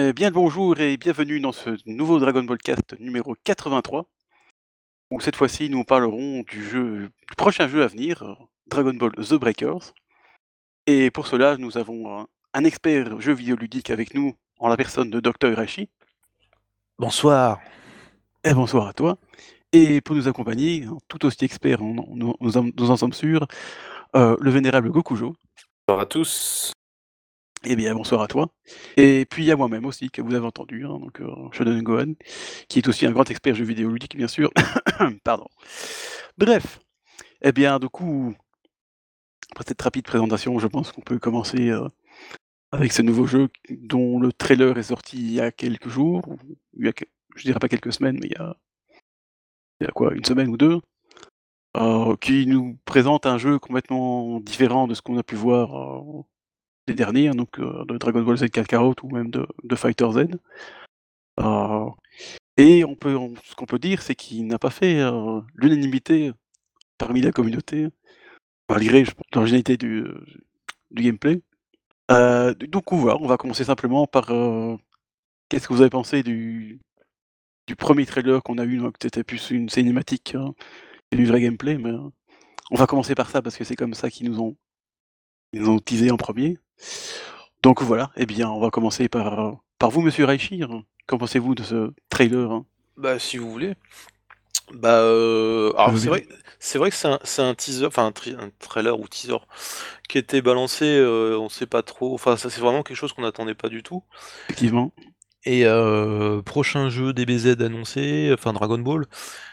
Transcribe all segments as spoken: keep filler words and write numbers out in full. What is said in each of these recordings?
Eh bien le bonjour et bienvenue dans ce nouveau Dragon Ball Cast numéro quatre-vingt-trois, où cette fois-ci nous parlerons du jeu du prochain jeu à venir, heu, Dragon Ball The Breakers. Et pour cela, nous avons un un expert jeux vidéo ludique avec nous, en la personne de docteur Hiroshi. Bonsoir. Et bonsoir à toi. Et pour nous accompagner, hein, tout aussi expert, on en nous nous en nous en sommes sûrs, heu, le vénérable Gokujo. Bonsoir à tous. Eh bien bonsoir à toi. Et puis il y a moi-même aussi, que vous avez entendu, hein, donc heu, Shonen Gohan, qui est aussi un grand expert jeux vidéo ludique bien sûr. Pardon. Bref, eh bien du coup, après cette rapide présentation, je pense qu'on peut commencer, heu, avec ce nouveau jeu q dont le trailer est sorti il y a quelques jours, ou il y a quel je dirais pas quelques semaines, mais il y a il y a quoi, une semaine ou deux, heu, qui nous présente un jeu complètement différent de ce qu'on a pu voir, heu, les derniers, hein, donc heu, de Dragon Ball Z Kakarot ou même de de Fighter Z. Heu, et on peut on ce qu'on peut dire, c'est qu'il n'a pas fait, heu, l'unanimité parmi la communauté, malgré je pense l'originalité du, heu, du gameplay. Heu, d donc on va on va commencer simplement par, heu, qu'est-ce que vous avez pensé du du premier trailer qu'on a eu, donc c'était plus une cinématique, hein, et du vrai gameplay, mais, heu, on va commencer par ça parce que c'est comme ça qu'ils nous ont ils nous ont teasé en premier. Donc voilà, eh bien on va commencer par, heu, par vous monsieur Raichi, hein. Qu'en pensez-vous de ce trailer, hein? Bah, si vous voulez. Bah, heu, Je alors veux c'est bien. vrai c'est vrai que c'est un c'est un teaser, enfin un tri un trailer ou teaser qui était balancé, heu, on sait pas trop, enfin ça c'est vraiment quelque chose qu'on n'attendait pas du tout. Effectivement. Et heu, prochain jeu D B Z annoncé, enfin Dragon Ball,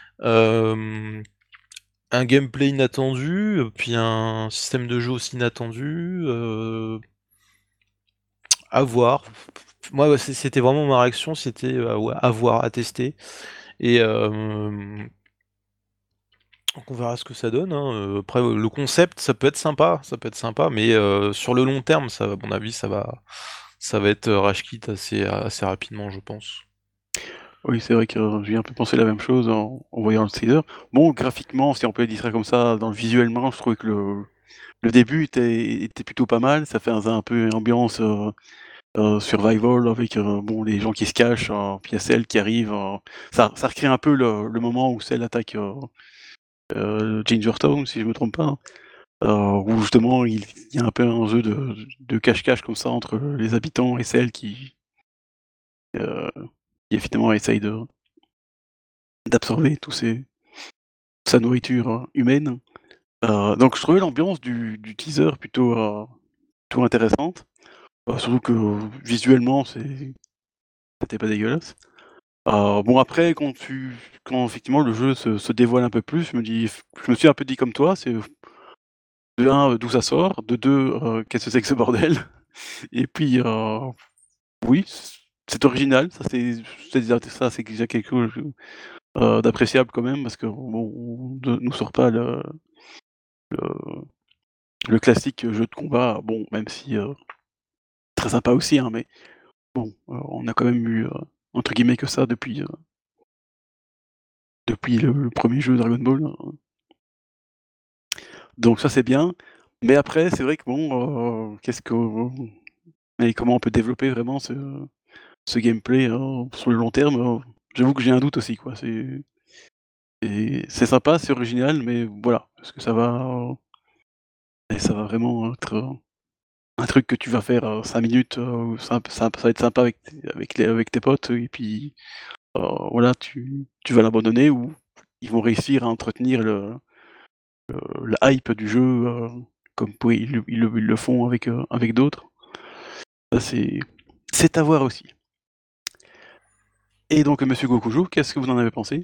hem, un gameplay inattendu, heu, puis un système de jeu aussi inattendu, heu à voir. Moi, ouais, c'est c'était vraiment ma réaction, c'était, heu, ouais, à voir, à tester. Et hem donc on verra ce que ça donne, hein, heu, après, heu, le concept, ça peut être sympa, ça peut être sympa, mais heu, sur le long terme, ça à mon avis, ça va ça va être, heu, rage quit assez assez rapidement, je pense. Oui, c'est vrai que j'ai un peu pensé la même chose en en voyant le teaser. Bon, graphiquement, si on peut dire ça comme ça, dans le visuellement, je trouvais que le le début était était plutôt pas mal. Ça fait un un peu ambiance, heu heu, survival avec, heu, bon, les gens qui se cachent, heu, puis il y a Cell qui arrive, heu, ça ça recrée un peu le le moment où Cell attaque, heu heu, Ginger Town, si je me trompe pas, hein. Heu, où justement il il y a un peu un jeu de de cache-cache comme ça entre les habitants et Cell qui heu, qui évidemment essaye de d'absorber tous ces sa nourriture, heu, humaine. Heu, donc je trouvais l'ambiance du du teaser plutôt, heu, plutôt intéressante. Bah, surtout que visuellement c'est c'était pas dégueulasse. Heu, bon après quand tu quand effectivement le jeu se se dévoile un peu plus, je me dis f je me suis un peu dit comme toi, c'est de un, d'où ça sort, de deux, heu, qu'est-ce que c'est que ce bordel? Et puis, heu, oui, c c'est original, ça c'est c'est déjà ça c'est déjà quelque chose, heu, d'appréciable quand même parce que bon, on ne nous sort pas le le le classique jeu de combat, bon même si, heu, très sympa aussi, hein, mais bon, heu, on a quand même eu, heu, entre guillemets «que ça» depuis, heu depuis le le premier jeu Dragon Ball, hein. Donc ça c'est bien, mais après c'est vrai que bon, heu, qu'est-ce que et comment on peut développer vraiment ce ce gameplay, heu, sur le long terme, heu, j'avoue que j'ai un doute aussi quoi, c'est et c'est sympa, c'est original, mais voilà, est-ce que ça va et ça va vraiment être, heu, un truc que tu vas faire, heu, cinq minutes, heu, simp simp ça va être sympa avec tes avec les avec tes potes et puis, heu, voilà tu tu vas l'abandonner ou ils vont réussir à entretenir le le la hype du jeu, heu, comme oui ils le ils le ils le font avec, heu, avec d'autres. Ça c'est c'est à voir aussi. Et donc monsieur Gokujo, qu'est-ce que vous en avez pensé?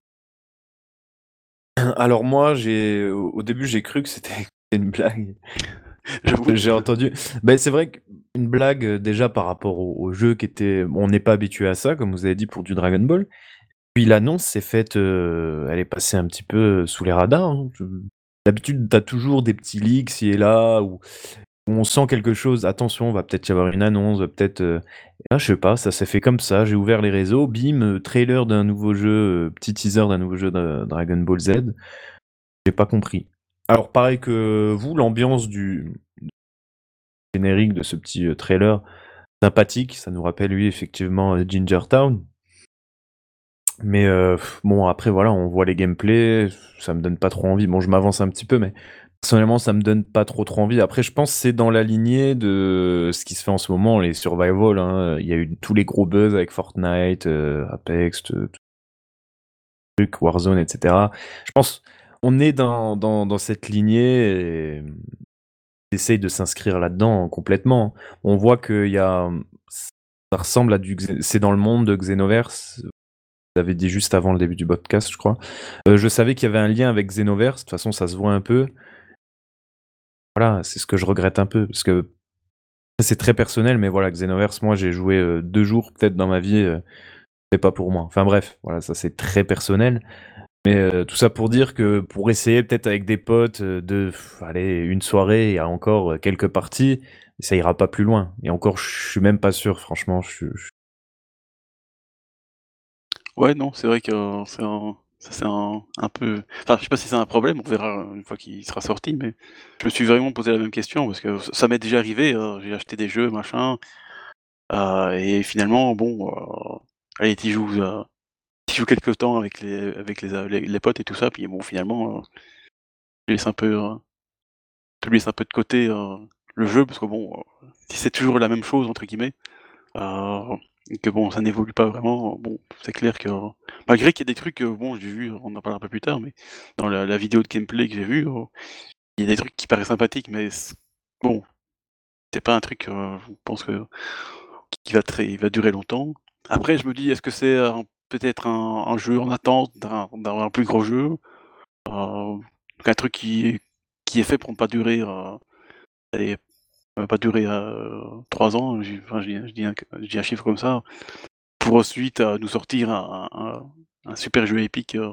Alors moi, j'ai au au début, j'ai cru que c'était une blague. J'avoue. J'ai entendu beh, c'est vrai qu'une blague, heu, déjà par rapport au au jeu qui était on n'est pas habitué à ça, comme vous avez dit pour du Dragon Ball. Puis l'annonce s'est faite, heu, elle est passée un petit peu sous les radars, hein. Je d'habitude, tu as toujours des petits leaks ci et là où où on sent quelque chose, attention, va peut-être y avoir une annonce, va peut-être, heu, là je sais pas, ça s'est fait comme ça, j'ai ouvert les réseaux, bim, heu, trailer d'un nouveau jeu, heu, petit teaser d'un nouveau jeu de Dragon Ball Z. J'ai pas compris. Alors pareil que vous, l'ambiance du générique de ce petit, heu, trailer sympathique, ça nous rappelle, oui, effectivement, euh, Ginger Town. Mais euh, pff, bon, après, voilà, on voit les gameplays, ça me donne pas trop envie. Bon, je m'avance un petit peu, mais personnellement, ça me donne pas trop trop envie. Après, je pense que c'est dans la lignée de ce qui se fait en ce moment, les survival, hein. Il y a eu tous les gros buzz avec Fortnite, euh, Apex, tout, tout truc, Warzone, et cetera. Je pense on est dans, dans, dans cette lignée et on essaye de s'inscrire là-dedans complètement. On voit qu'il y a... Ça ressemble à du... Xe- C'est dans le monde de Xenoverse. Vous avez dit juste avant le début du podcast, je crois. Euh, je savais qu'il y avait un lien avec Xenoverse. De toute façon, ça se voit un peu. Voilà, c'est ce que je regrette un peu. Parce que c'est très personnel, mais voilà, Xenoverse, moi, j'ai joué euh, deux jours peut-être dans ma vie. Euh, c'est pas pour moi. Enfin bref, voilà, ça c'est très personnel. Mais euh, tout ça pour dire que pour essayer peut-être avec des potes euh, de pff, aller une soirée et encore euh, quelques parties, ça ira pas plus loin. Et encore, je suis même pas sûr, franchement. Je, suis- je- Ouais, non, c'est vrai que euh, c'est un ça c'est un un peu enfin, je sais pas si c'est un problème, on verra une fois qu'il sera sorti, mais je me suis vraiment posé la même question parce que ç ça m'est déjà arrivé, heu, j'ai acheté des jeux machin, heu et finalement bon, heu, allez tu y joues, heu, tu y joues quelque temps avec les avec les, heu, les les potes et tout ça, puis bon finalement, heu, tu laisses un peu, heu, tu laisses un peu de côté, heu, le jeu parce que bon, heu, si c'est toujours «la même chose» entre guillemets, heu et que bon, ça n'évolue pas vraiment, bon, c'est clair que malgré qu'il y ait des trucs, heu, bon, j'ai vu, on en parlera un peu plus tard, mais dans la la vidéo de gameplay que j'ai vue, heu, il y a des trucs qui paraissent sympathiques, mais c bon, c'est pas un truc, heu, je pense que qui va très il va durer longtemps. Après, je me dis: «Est-ce que c'est un peut-être un un jeu en attente d'un d'un plus gros jeu?» heu, un truc qui est qui est fait pour ne pas durer, heu, allez, heu, pas durer, heu, trois ans, j'ai enfin, je dis je dis un je dis un chiffre comme ça. Pour ensuite, heu, nous sortir un un un super jeu épique, heu,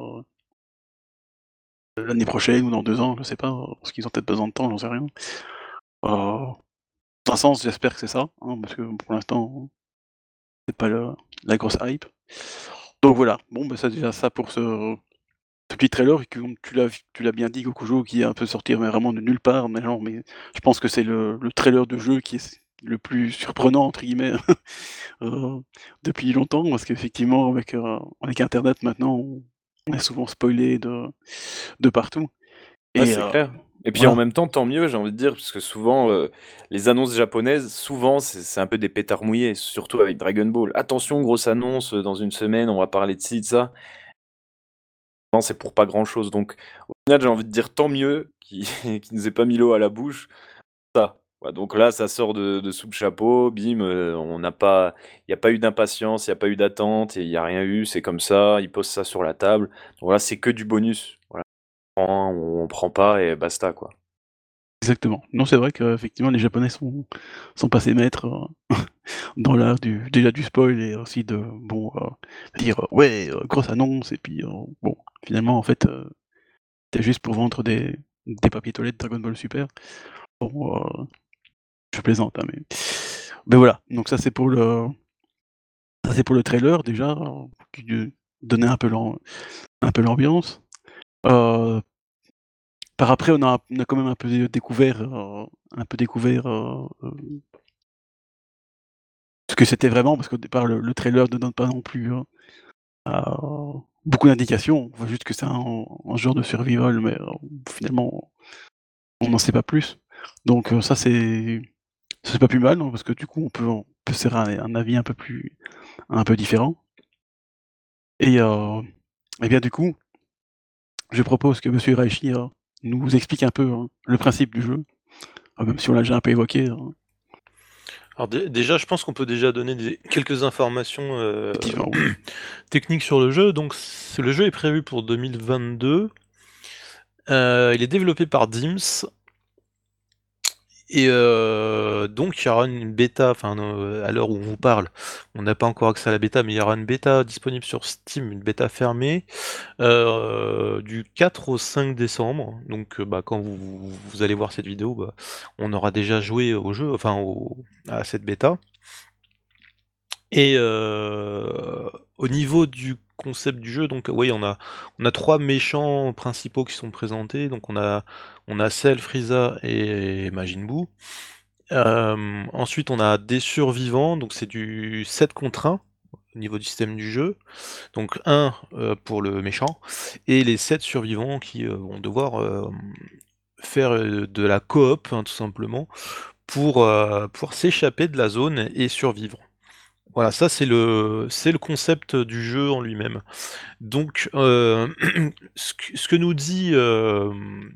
l'année prochaine ou dans deux ans, je sais pas, heu, parce qu'ils ont peut-être besoin de temps, j'en sais rien. Heu, dans un sens, j'espère que c'est ça, hein, parce que pour l'instant, c'est pas le la grosse hype. Donc voilà, bon, bah, ça déjà ça pour ce ce petit trailer et comme tu l'as tu l'as bien dit, Gokujo qui est un peu sorti mais vraiment de nulle part, mais genre mais je pense que c'est le le trailer de jeu qui est le plus «surprenant» entre guillemets, heu, depuis longtemps parce qu'effectivement avec, heu, avec internet maintenant on on est souvent spoilé de de partout Ouais, et c'est heu, clair. Et puis en voilà. même temps, tant mieux, j'ai envie de dire, parce que souvent, euh, les annonces japonaises, souvent, c'est c'est un peu des pétards mouillés, surtout avec Dragon Ball. Attention, grosse annonce, euh, dans une semaine, on va parler de ci, de ça. Non, c'est pour pas grand-chose. Donc, au final, j'ai envie de dire tant mieux qu'ils qu'ils nous aient pas mis l'eau à la bouche. Ça. Ouais, donc là, ça sort de, de sous le chapeau, bim, euh, on n'a pas, il n'y a pas eu d'impatience, il n'y a pas eu d'attente, et il n'y a rien eu, c'est comme ça, ils posent ça sur la table. Donc voilà, c'est que du bonus. Voilà, on prend, on prend pas et basta, quoi. Exactement. Non, c'est vrai qu'effectivement les japonais sont sont passés maîtres, heu, dans l'art du déjà du spoil et aussi de bon, heu, dire: euh, «Ouais, heu, grosse annonce» et puis, heu, bon, finalement en fait, heu, c'était juste pour vendre des des papiers toilettes Dragon Ball Super. Bon, heu, je plaisante, hein, mais mais voilà, donc ça c'est pour le ça c'est pour le trailer déjà, heu, qui de donnait un peu l'am un peu l'ambiance. Heu, par après on a on a quand même un peu dé découvert, heu, un peu découvert, heu, heu, ce que c'était vraiment parce qu'au départ le le trailer ne donne pas non plus, heu, heu, beaucoup d'indications. On voit juste que c'est un un genre de survival mais, heu, finalement on n'en sait pas plus. Donc, heu, ça c'est c'est pas plus mal, hein, parce que du coup on peut on peut se faire un un avis un peu plus un peu différent et heu, et bien du coup je propose que monsieur Hiraishi, heu, nous explique un peu, hein, le principe du jeu, heu, même si on l'a déjà un peu évoqué, hein, Alors dé déjà, je pense qu'on peut déjà donner des quelques informations, heu, effectivement, oui. techniques sur le jeu. Donc c le jeu est prévu pour deux mille vingt-deux. Heu, il est développé par Dims et heu, donc il y aura une bêta, enfin, heu, à l'heure où on vous parle, on n'a pas encore accès à la bêta, mais il y aura une bêta disponible sur Steam, une bêta fermée, heu, du quatre au cinq décembre. Donc, heu, bah, quand vous vous vous allez voir cette vidéo, bah, on aura déjà joué au jeu, enfin au à cette bêta. Et heu, au niveau du concept du jeu, donc oui, on a on a trois méchants principaux qui sont présentés. Donc on a on a Cell, Frieza et Majin Buu. Hem, ensuite on a des survivants, donc c'est du sept contre un au niveau du système du jeu. Donc un, heu, pour le méchant et les sept survivants qui, heu, vont devoir, hem, faire, heu, de la coop, hein, tout simplement pour, heu, pour s'échapper de la zone et survivre. Voilà, ça c'est le c'est le concept du jeu en lui-même. Donc, heu, ce que ce que nous dit, hem,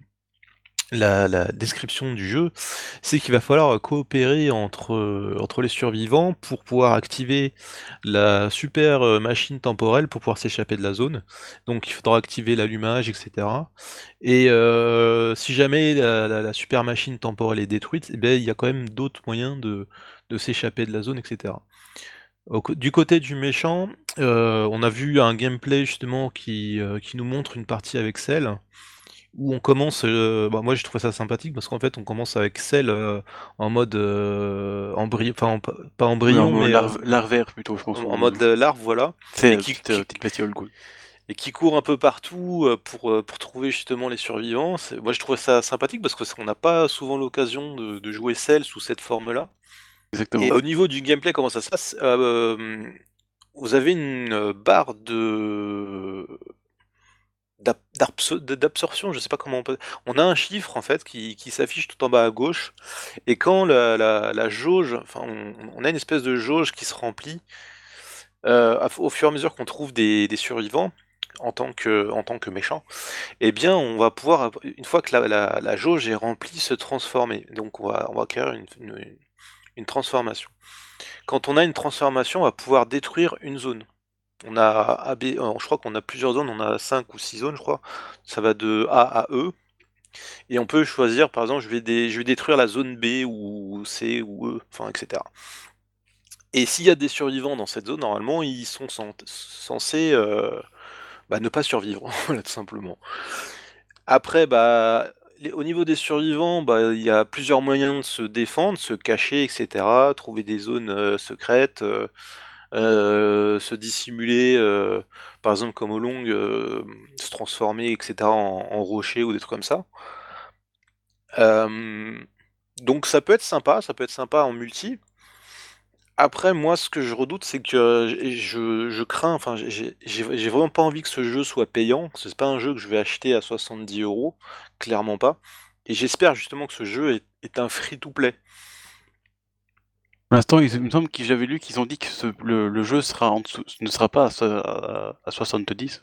la la description du jeu, c'est qu'il va falloir coopérer entre, heu, entre les survivants pour pouvoir activer la super, heu, machine temporelle pour pouvoir s'échapper de la zone. Donc il faudra activer l'allumage et cetera et heu, si jamais la la la super machine temporelle est détruite et beh, il y a quand même d'autres moyens de de s'échapper de la zone et cetera. Au cô du côté du méchant, heu, on a vu un gameplay justement qui, heu, qui nous montre une partie avec Cell, où on commence, heu, bah, moi j'ai trouvé ça sympathique parce qu'en fait on commence avec Cell, heu, en mode, heu, embry enfin pas pas Oui, en embryon mode mais, heu, larve larvaire plutôt, je pense, en en ou mode, heu, larve voilà tu sais, et heu, qui petite, heu, qui petite bestiole, quoi. et qui court un peu partout, heu, pour, heu, pour trouver justement les survivants. C'est moi je trouvais ça sympathique parce que c on n'a pas souvent l'occasion de de jouer Cell sous cette forme-là et Exactement. au niveau du gameplay comment ça se passe? Hem, vous avez une, heu, barre de d'ab d'arpse de d'absorption, je sais pas comment on peut on a un chiffre en fait qui qui s'affiche tout en bas à gauche et quand la la la jauge enfin on on a une espèce de jauge qui se remplit, heu, à f au fur et à mesure qu'on trouve des des survivants en tant que en tant que méchant et bien on va pouvoir ap une fois que la la la jauge est remplie, se transformer. Donc on va on va acquérir une une une transformation. Quand on a une transformation, on va pouvoir détruire une zone. On a A, B, alors je crois qu'on a plusieurs zones, on a cinq ou six zones je crois. Ça va de A à E et on peut choisir par exemple je vais dé je vais détruire la zone B ou C ou E, enfin et cetera. Et s'il y a des survivants dans cette zone, normalement ils sont cent censés, heu, bah, ne pas survivre, voilà tout simplement. Après, bah, les au niveau des survivants, bah, il y a plusieurs moyens de se défendre, se cacher et cetera, trouver des zones, heu, secrètes, heu heu, se dissimuler, heu, par exemple comme au Long, hem, se transformer et cetera en en rocher ou des trucs comme ça. Hem, donc ça peut être sympa, ça peut être sympa en multi. Après moi ce que je redoute c'est que j je je crains, enfin j'ai j'ai j'ai v j'ai vraiment pas envie que ce jeu soit payant, parce que c'est pas un jeu que je vais acheter à soixante-dix euros, clairement pas et j'espère justement que ce jeu est est un free to play. Pour l'instant, ils il me semble que j'avais lu qu'ils ont dit que ce le le jeu sera en dessous ne sera pas à so à à soixante-dix,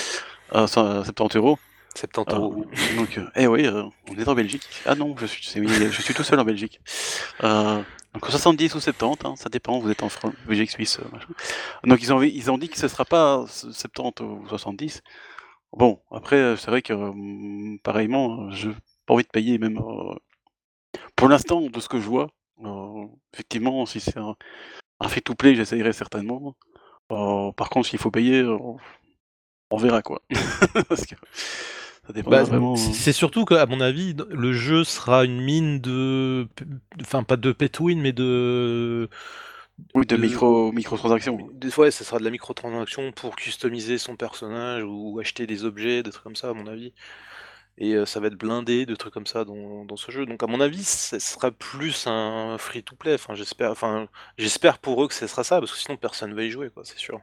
à cent septante euros. septante Heu, euros oui. donc heu, eh oui, heu, on est en Belgique. Ah non, je suis c'est oui, je suis tout seul en Belgique. Heu, donc soixante-dix ou septante, hein, ça dépend, vous êtes en Fran Belgique, Suisse, heu, machin. Donc ils ont ils ont dit que ce sera pas s septante ou soixante-dix. Bon, après, heu, c'est vrai que, mmh, pareillement, heu, j'ai pas envie de payer même, heu, pour l'instant, de ce que je vois, heu, effectivement, si c'est un un free to play, j'essayerai certainement. Heu, par contre, s'il faut payer, heu, on verra quoi. Parce que ça Bah, dépendra c vraiment, heu c'est surtout qu'à mon avis, d le jeu sera une mine de p enfin pas de pay to win mais de Oui, de de micro microtransactions. des fois, ce sera de la microtransaction pour customiser son personnage ou acheter des objets, des trucs comme ça à mon avis et heu, ça va être blindé de trucs comme ça dans dans ce jeu. Donc à mon avis, ce sera plus un free to play, enfin j'espère enfin j'espère pour eux que ce sera ça, parce que sinon personne va y jouer quoi, c'est sûr.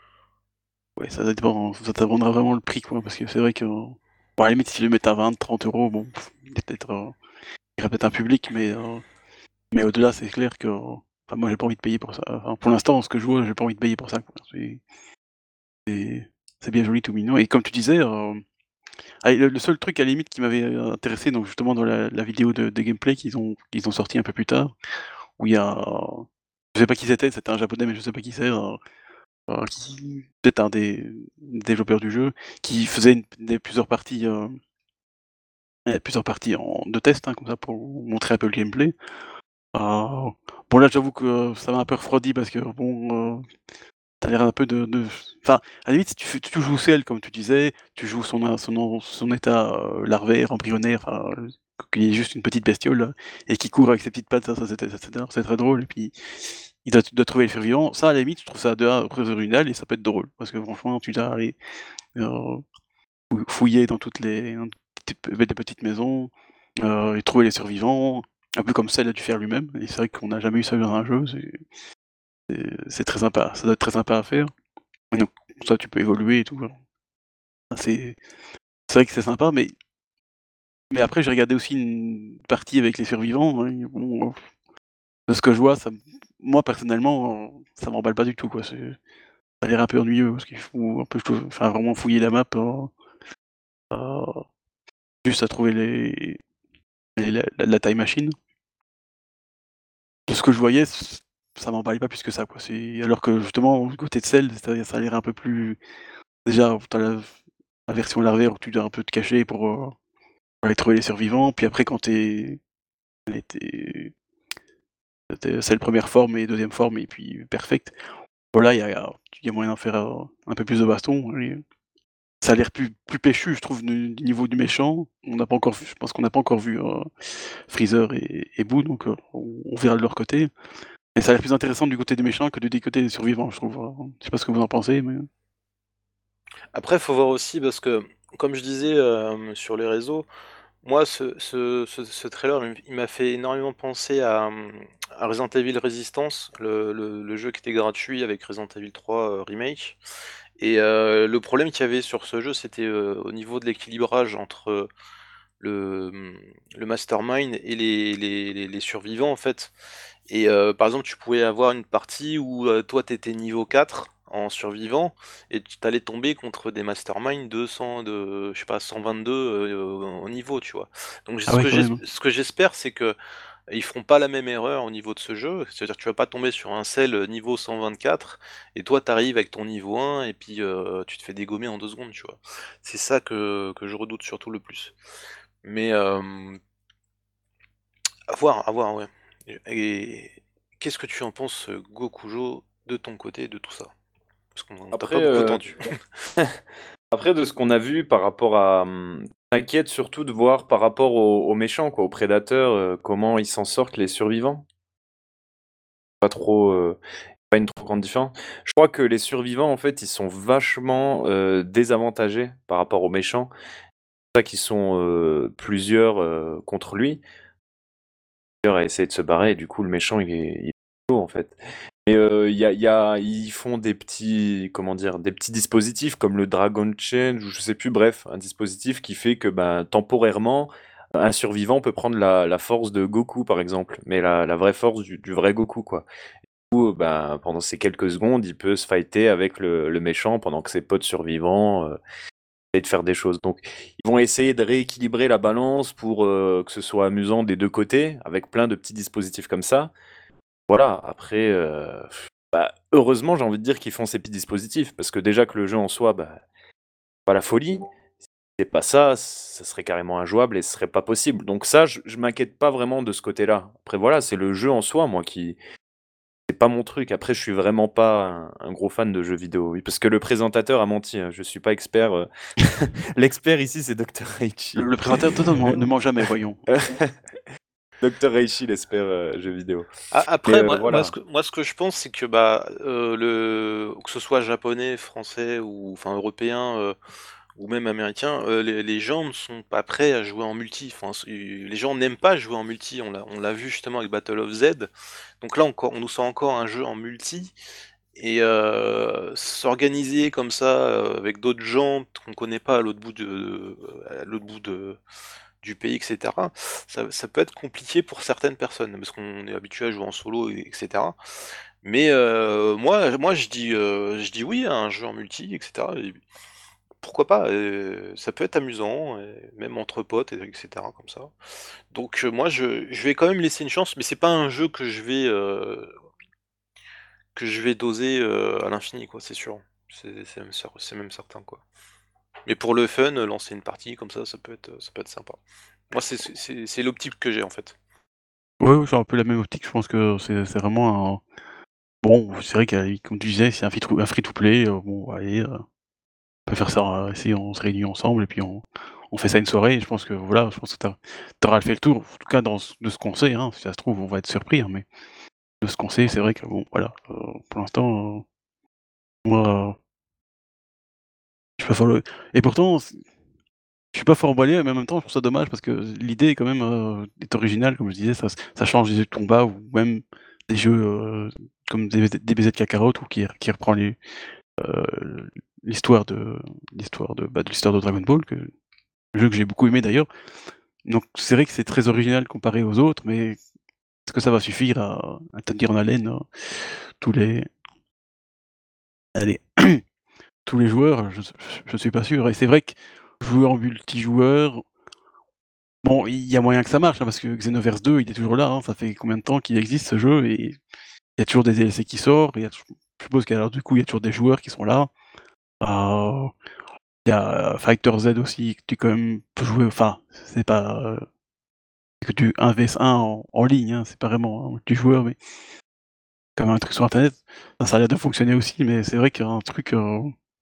Ouais, ça dépend, ça dépendra vraiment le prix quoi, parce que c'est vrai que bon, à la limite s'ils le mettent à vingt-trente euros, bon, il y a peut-être, heu, il y aura peut-être un public, mais heu, mais au-delà, c'est clair que enfin moi j'ai pas envie de payer pour ça. Enfin pour l'instant, ce que je vois, j'ai pas envie de payer pour ça quoi. C'est c'est c'est bien joli, tout mignon et comme tu disais, hem, allez le le seul truc à la limite qui m'avait, heu, intéressé donc justement dans la la vidéo de de gameplay qu'ils ont qu'ils ont sorti un peu plus tard, où il y a je sais pas qui c'était, c'était un japonais, mais je sais pas qui c'est, heu heu, qui peut-être un des développeurs du jeu, qui faisait une des plusieurs parties, heu il y a plusieurs parties en de test, hein, comme ça pour montrer un peu le gameplay. Heu, bon là j'avoue que ça m'a un peu refroidi parce que bon, heu, tu as l'air un peu de de enfin, à la limite si tu fais tu joues Cell comme tu disais, tu joues son a son en son état, heu, larvaire, embryonnaire, enfin, heu, qu'il est juste une petite bestiole là et qui court avec ses petites pattes, ça ça c'était ça c'était c'est très drôle et puis il doit il doit trouver les survivants. Ça à la limite, je trouve ça de un très original et ça peut être drôle parce que franchement tu dois aller, heu, fou fouiller dans toutes les des petites maisons, heu et trouver les survivants. un peu comme Cell a dû faire lui-même et c'est vrai qu'on n'a jamais eu ça dans un jeu, c'est c'est c'est très sympa, ça doit être très sympa à faire et donc ça tu peux évoluer et tout, voilà. C'est c'est vrai que c'est sympa mais mais après j'ai regardé aussi une partie avec les survivants, hein, et bon, heu, de ce que je vois, ça m moi personnellement, heu, ça m'emballe pas du tout, quoi, c'est ça a l'air un peu ennuyeux parce qu'il faut un peu tou enfin vraiment fouiller la map, heu, à juste à trouver les les la la taille machine. De ce que je voyais, ç ça m'emballait pas plus que ça, quoi. C'est alors que justement, du côté de Cell, ça ça a l'air un peu plus déjà, tu as la la version larvaire où tu dois un peu te cacher pour, heu, aller trouver les survivants. Puis après quand tu es allez, tu es tu es Cell première forme et deuxième forme et puis perfect. Voilà, il y a il y a moyen d'en faire, heu, un peu plus de baston et ça a l'air plus plus péchu, je trouve, du du niveau du méchant. On n'a pas encore vu je pense qu'on n'a pas encore vu, heu, Freezer et et Boo, donc heu, on on verra de leur côté. Et ça a l'air plus intéressant du côté des méchants que du côté des survivants, je trouve, heu, je sais pas ce que vous en pensez, mais Après, faut voir aussi parce que, comme je disais, hem, sur les réseaux, moi ce ce ce ce trailer, il m il m'a fait énormément penser à, mmh, à Resident Evil Resistance, le le le jeu qui était gratuit avec Resident Evil trois, heu, remake et heu, le problème qu'il y avait sur ce jeu, c'était, heu, au niveau de l'équilibrage entre, le, mmh, le mastermind et les les les les survivants, en fait. Et heu, par exemple, tu pouvais avoir une partie où, heu, toi, tu étais niveau quatre en survivant et tu allais tomber contre des masterminds de cent de je sais pas cent vingt-deux, heu, en niveau, tu vois? Donc ah ce ouais, que quand j'es même, hein. ce que j'espère, c'est qu'ils feront pas la même erreur au niveau de ce jeu. C'est-à-dire que tu vas pas tomber sur un Cell, heu, niveau cent vingt-quatre et toi, tu arrives avec ton niveau un et puis, heu, tu te fais dégommer en deux secondes, tu vois? C'est ça que que je redoute surtout le plus. Mais, hem, à voir, à voir, ouais. Et et qu'est-ce que tu en penses, heu, Gokujo, de ton côté, de tout ça? Parce qu'on t'a Après, pas beaucoup heu, entendu. après de ce qu'on a vu par rapport à, mmh, t'inquiète surtout de voir par rapport aux aux méchants quoi, aux prédateurs, heu, comment ils s'en sortent les survivants? Pas trop, heu, pas une trop grande différence. Je crois que les survivants en fait, ils sont vachement, heu, désavantagés par rapport aux méchants. C'est pour ça qu'ils sont, heu, plusieurs, heu, contre lui. Plusieurs à essayer de se barrer et du coup le méchant il est il est chaud en fait. Et heu, il y a il y a ils font des petits comment dire? Des petits dispositifs comme le Dragon Chain ou je sais plus, bref, un dispositif qui fait que, ben, temporairement, un survivant peut prendre la la force de Goku, par exemple, mais la la vraie force du du vrai Goku, quoi. Du coup, ben, pendant ces quelques secondes, il peut se fighter avec le le méchant pendant que ses potes survivants, heu, essayent de faire des choses. Donc ils vont essayer de rééquilibrer la balance pour, heu, que ce soit amusant des deux côtés, avec plein de petits dispositifs comme ça. Voilà, après, heu, bah, heureusement, j'ai envie de dire qu'ils font ces petits dispositifs parce que déjà que le jeu en soi, bah, pas la folie. Si c'est pas ça, ça serait carrément injouable et ce serait pas possible. Donc ça, je je m'inquiète pas vraiment de ce côté-là. Après voilà, c'est le jeu en soi, moi, qui c'est pas mon truc. Après, je suis vraiment pas un un gros fan de jeux vidéo, oui, parce que le présentateur a menti, hein, je suis pas expert, heu, l'expert ici, c'est docteur Le Reichi. le présentateur, toi, ne ment ne ment jamais, voyons. docteur Reichi, l'expert, heu, jeux vidéo. A Mais après heu, moi moi ce voilà. que moi ce que je pense, c'est que, bah, heu, le que ce soit japonais, français ou enfin européen, heu, ou même américain, heu, les les gens ne sont pas prêts à jouer en multi. Enfin, c'est les gens n'aiment pas jouer en multi. On l'a on l'a vu justement avec Battle of Z. Donc là encore, on nous sort encore un jeu en multi et heu, s'organiser comme ça, heu, avec d'autres gens qu'on connaît pas à l'autre bout de à l'autre bout de du pays et cetera, ça ça peut être compliqué pour certaines personnes, parce qu'on est habitué à jouer en solo et et Mais heu, moi moi je dis, heu, je dis oui à un jeu en multi et cetera et pourquoi pas? Heu, ça peut être amusant et même entre potes et et cetera comme ça. Donc heu, moi je je vais quand même laisser une chance, mais c'est pas un jeu que je vais, heu, que je vais doser, heu, à l'infini quoi, c'est sûr. C'est c'est même cer c'est même certain quoi. Mais pour le fun, heu, lancer une partie comme ça, ça peut être, ça peut être sympa. Moi c'est c'est c'est c'est l'optique que j'ai en fait. Ouais, ouais, j'ai un peu la même optique, je pense que c'est c'est vraiment un bon, c'est vrai que comme tu disais, c'est un free to un free to play, heu, bon allez, heu, on peut faire ça, heu, si on se réunit ensemble et puis on on fait ça une soirée et je pense que voilà, je pense que tu as tu auras fait le tour, en tout cas dans ce de ce qu'on sait, hein, si ça se trouve, on va être surpris, hein, mais de ce qu'on sait, c'est vrai que bon, voilà, heu, pour l'instant, heu, moi, je préfère le et pourtant je suis pas fort emballé, mais en même temps, je trouve ça dommage parce que l'idée quand même, heu, est originale, comme je disais, ça ça change des jeux de combat ou même des jeux, heu, comme D B Z D B Z Kakarot ou qui qui reprend les, heu, l'histoire de l'histoire de, bah, de l'histoire de Dragon Ball, que jeu que j'ai beaucoup aimé d'ailleurs. Donc c'est vrai que c'est très original comparé aux autres, mais est-ce que ça va suffire à à tenir en haleine, heu, tous les allez, tous les joueurs? Je s je suis pas sûr et c'est vrai que jouer en multijoueur, bon, il y a moyen que ça marche, hein, parce que Xenoverse deux, il est toujours là, hein, ça fait combien de temps qu'il existe ce jeu et il y a toujours des D L C qui sortent, il y a toujours je suppose qu'alors du coup, il y a toujours des joueurs qui sont là. Heu, il y a Fighter Z aussi que tu quand même peux jouer, enfin, c'est pas, heu, que du un vs un en en ligne, hein, c'est pas vraiment un multijoueur, mais comme un truc sur internet. Ça ça a l'air de fonctionner aussi, mais c'est vrai qu'un truc, heu,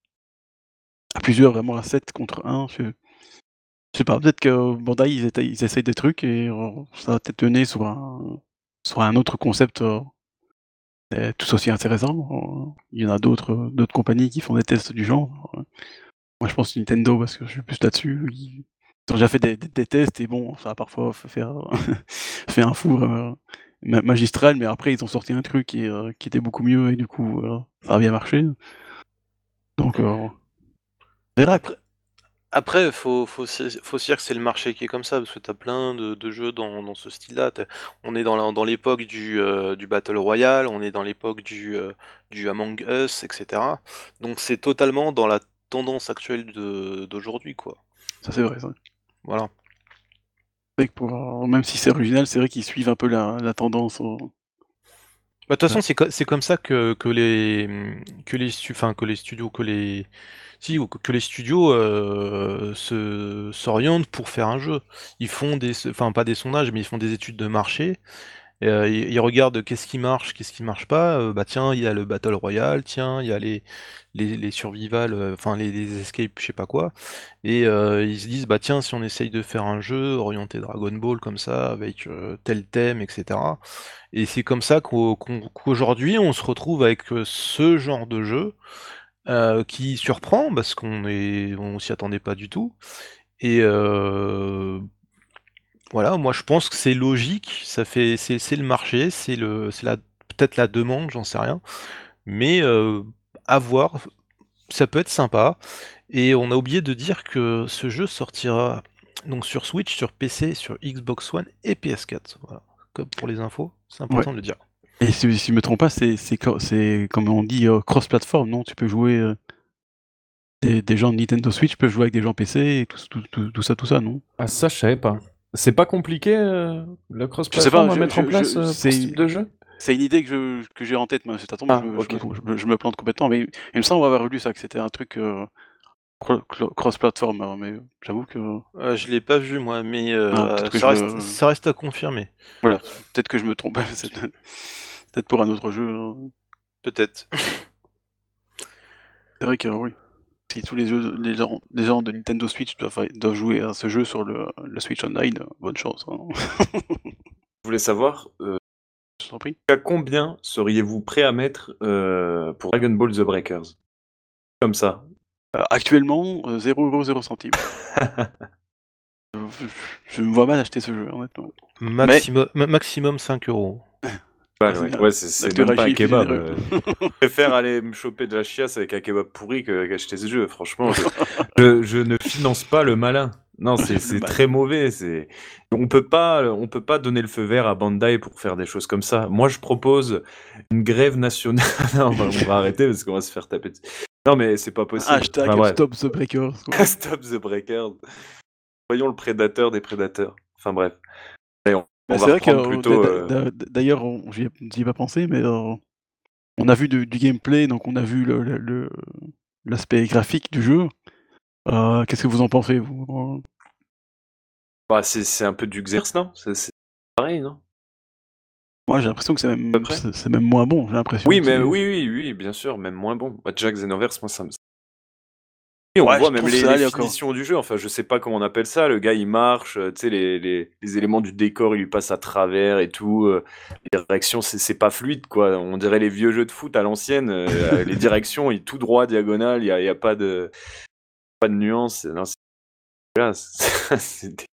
à plusieurs, vraiment à sept contre un, je je sais pas, peut-être que Bandai ils étayent ils essayent des trucs et heu, ça va peut-être donner sur un sur un autre concept, heu, et tout aussi intéressant. Heu, il y en a d'autres, heu, d'autres compagnies qui font des tests du genre, heu, moi je pense Nintendo parce que je suis plus là-dessus, ils ils ont déjà fait des des des tests et bon, ça a parfois f fait un fait un four, heu, ma magistral, mais après ils ont sorti un truc qui, heu, qui était beaucoup mieux et du coup, heu, ça a bien marché. Donc heu, on verra. Après après faut faut se faut se dire que c'est le marché qui est comme ça, parce que tu as plein de de jeux dans dans ce style-là. Tu On est dans la dans l'époque du, heu, du battle royale, on est dans l'époque du, heu, du Among Us et cetera. Donc c'est totalement dans la tendance actuelle de d'aujourd'hui, quoi. Ça c'est vrai ça. Voilà. C'est vrai que pour, heu, même si c'est original, c'est vrai qu'ils suivent un peu la la tendance au Bah, de toute ouais, façon, c'est co c'est comme ça que que les, mmh, que les stu enfin, que les studios que les si, ou que que les studios, heu, se s'orientent pour faire un jeu. Ils font des s enfin, pas des sondages, mais ils font des études de marché. Et heu, ils ils regardent qu'est-ce qui marche, qu'est-ce qui marche pas, heu, bah, tiens, il y a le battle royale, tiens, il y a les les les survival, heu, enfin les les escape je sais pas quoi et heu, ils se disent: «Bah, tiens, si on essaye de faire un jeu orienté Dragon Ball comme ça avec, heu, tel thème et cetera» et c'est comme ça qu'au qu'on qu'aujourd'hui on se retrouve avec, heu, ce genre de jeu, heu, qui surprend parce qu'on est on s'y attendait pas du tout et heu voilà, moi je pense que c'est logique, ça fait c'est c'est le marché, c'est le c'est la peut-être la demande, j'en sais rien, mais heu, à voir, ça peut être sympa et on a oublié de dire que ce jeu sortira donc sur Switch, sur P C, sur Xbox One et P S quatre, voilà, comme pour les infos, c'est ouais important de le dire. et si si je me trompe pas, c'est c'est co c'est comme on dit, heu, cross platform, non? Tu peux jouer, heu, des des gens de Nintendo Switch peuvent jouer avec des gens P C et tout c tout tout tout ça tout ça, non? Ah ça, je savais pas. C'est pas compliqué, heu, le Je sais pas, cross-platform à je mettre en je place, je heu, pour ce type c'est de jeu? c'est une idée que je que j'ai en tête, mais ça tombe, je Ah me je me OK. trompe, je me je me plante complètement, mais il me semble avoir lu ça, que c'était un truc, heu, cro clo cross platform, heu, mais j'avoue que Heu, je l'ai pas vu moi, mais ah, heu, peut-être que ça je reste me ça reste à confirmer, voilà, peut-être que je me trompe, c'est peut-être pour un autre jeu, hein. peut-être. C'est vrai que oui. Si tous les jeux les gens les gens de Nintendo Switch doivent doivent jouer à ce jeu sur le le Switch Online, heu, bonne chance, hein. Je voulais savoir, heu, Je t'en prie. à combien seriez-vous prêt à mettre, heu, pour Dragon Ball The Breakers? Comme ça. Heu, actuellement, heu, zéro euro zéro centime. Heu, je je me vois mal acheter ce jeu, honnêtement. Mais Maximo ma maximum cinq euros. Ouais, merci ouais, bien, ouais, c'est c'est docteur même pas un Hachi est kebab, généreux. heu, je préfère aller me choper de la chiasse avec un kebab pourri que qu'acheter ce jeu. Franchement, je je je ne finance pas le malin. Non, c'est Le c'est mal. très mauvais, c'est on peut pas, on peut pas donner le feu vert à Bandai pour faire des choses comme ça. Moi, je propose une grève nationale. Non, on va on va arrêter parce qu'on va se faire taper dessus. Non, mais c'est pas possible. Enfin Hashtag bref. stop the breakers, quoi. Stop the Breakers. Voyons le prédateur des prédateurs. Enfin bref. Allez, on Bah, on va c'est vrai que, reprendre heu, d'a plutôt, d'a heu d'a d'ailleurs, on j'y ai j'y ai pas pensé, mais, heu, on a vu du du gameplay, donc on a vu le le le l'aspect graphique du jeu. Heu, qu'est-ce que vous en pensez, vous? Heu, bah, c'est c'est un peu du Xerxes, non? C'est c'est pareil, non? moi, j'ai l'impression que c'est À peu même près? c'est c'est même moins bon, j'ai l'impression. Oui, mais C'est oui, oui, oui, bien sûr, même moins bon. Bah, déjà Xenoverse, moi, ça me oui, on ouais, voit je même trouve les ça les allait encore. finitions du jeu, enfin, je sais pas comment on appelle ça, le gars, il marche, heu, tu sais, les les les éléments du décor, ils lui passent à travers et tout, heu, les directions, c'est c'est pas fluide, quoi. On dirait les vieux jeux de foot à l'ancienne, heu, les directions, ils tout droit, diagonale, il y a il y a pas de pas de nuance, non, Là, c'est c'est dé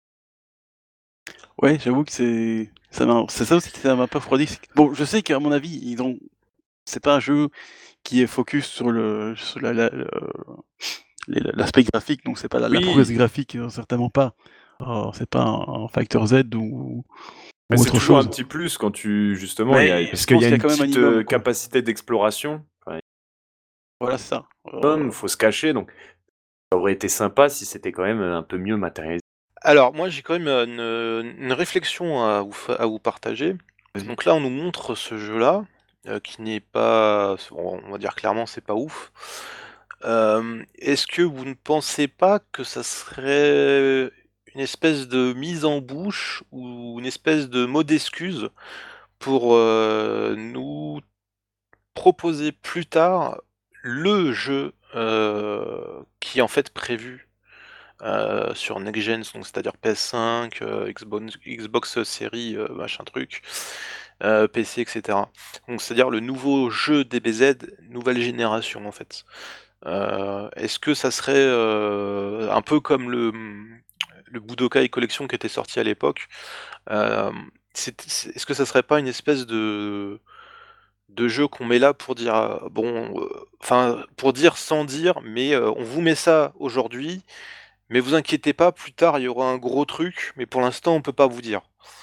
Ouais, j'avoue que c'est ça m'a c'est ça aussi que ça m'a pas refroidi, c'est que bon, je sais qu'à mon avis, ils ont c'est pas un jeu qui est focus sur le sur la la le les l'aspect graphique, donc c'est pas la la prouesse oui, graphique, heu, certainement pas. Heu, c'est pas un un Factor Z ou mais ou c'est autre toujours un chose. petit plus quand tu justement, il y a Mais parce je qu'il pense y a qu'il y a une quand même un petite, minimum, heu, quoi. capacité d'exploration. Enfin, Voilà, c'est ça. il Heu, faut se cacher, donc ça aurait été sympa si c'était quand même, heu, un peu mieux matérialisé. Alors moi j'ai quand même, heu, une, une réflexion à vous fa à vous partager. vas-y. Donc là on nous montre ce jeu-là, heu, qui n'est pas on on va dire clairement c'est pas ouf. Hem, est-ce que vous ne pensez pas que ça serait une espèce de mise en bouche ou une espèce de mot d'excuse pour, heu, nous proposer plus tard le jeu, heu, qui est en fait prévu, heu, sur next gen, donc c'est-à-dire P S cinq, heu, Xbox Xbox Series, heu, machin truc, heu, P C et cetera. Donc c'est-à-dire le nouveau jeu D B Z nouvelle génération en fait. Heu, est-ce que ça serait, heu, un peu comme le, mmh, le Budokai Collection qui était sorti à l'époque, hem, c'est c'est est-ce que ça serait pas une espèce de de jeu qu'on met là pour dire, heu, bon, heu, enfin, pour dire sans dire, mais, heu, on vous met ça aujourd'hui, mais vous inquiétez pas, plus tard il y aura un gros truc, mais pour l'instant on peut pas vous dire.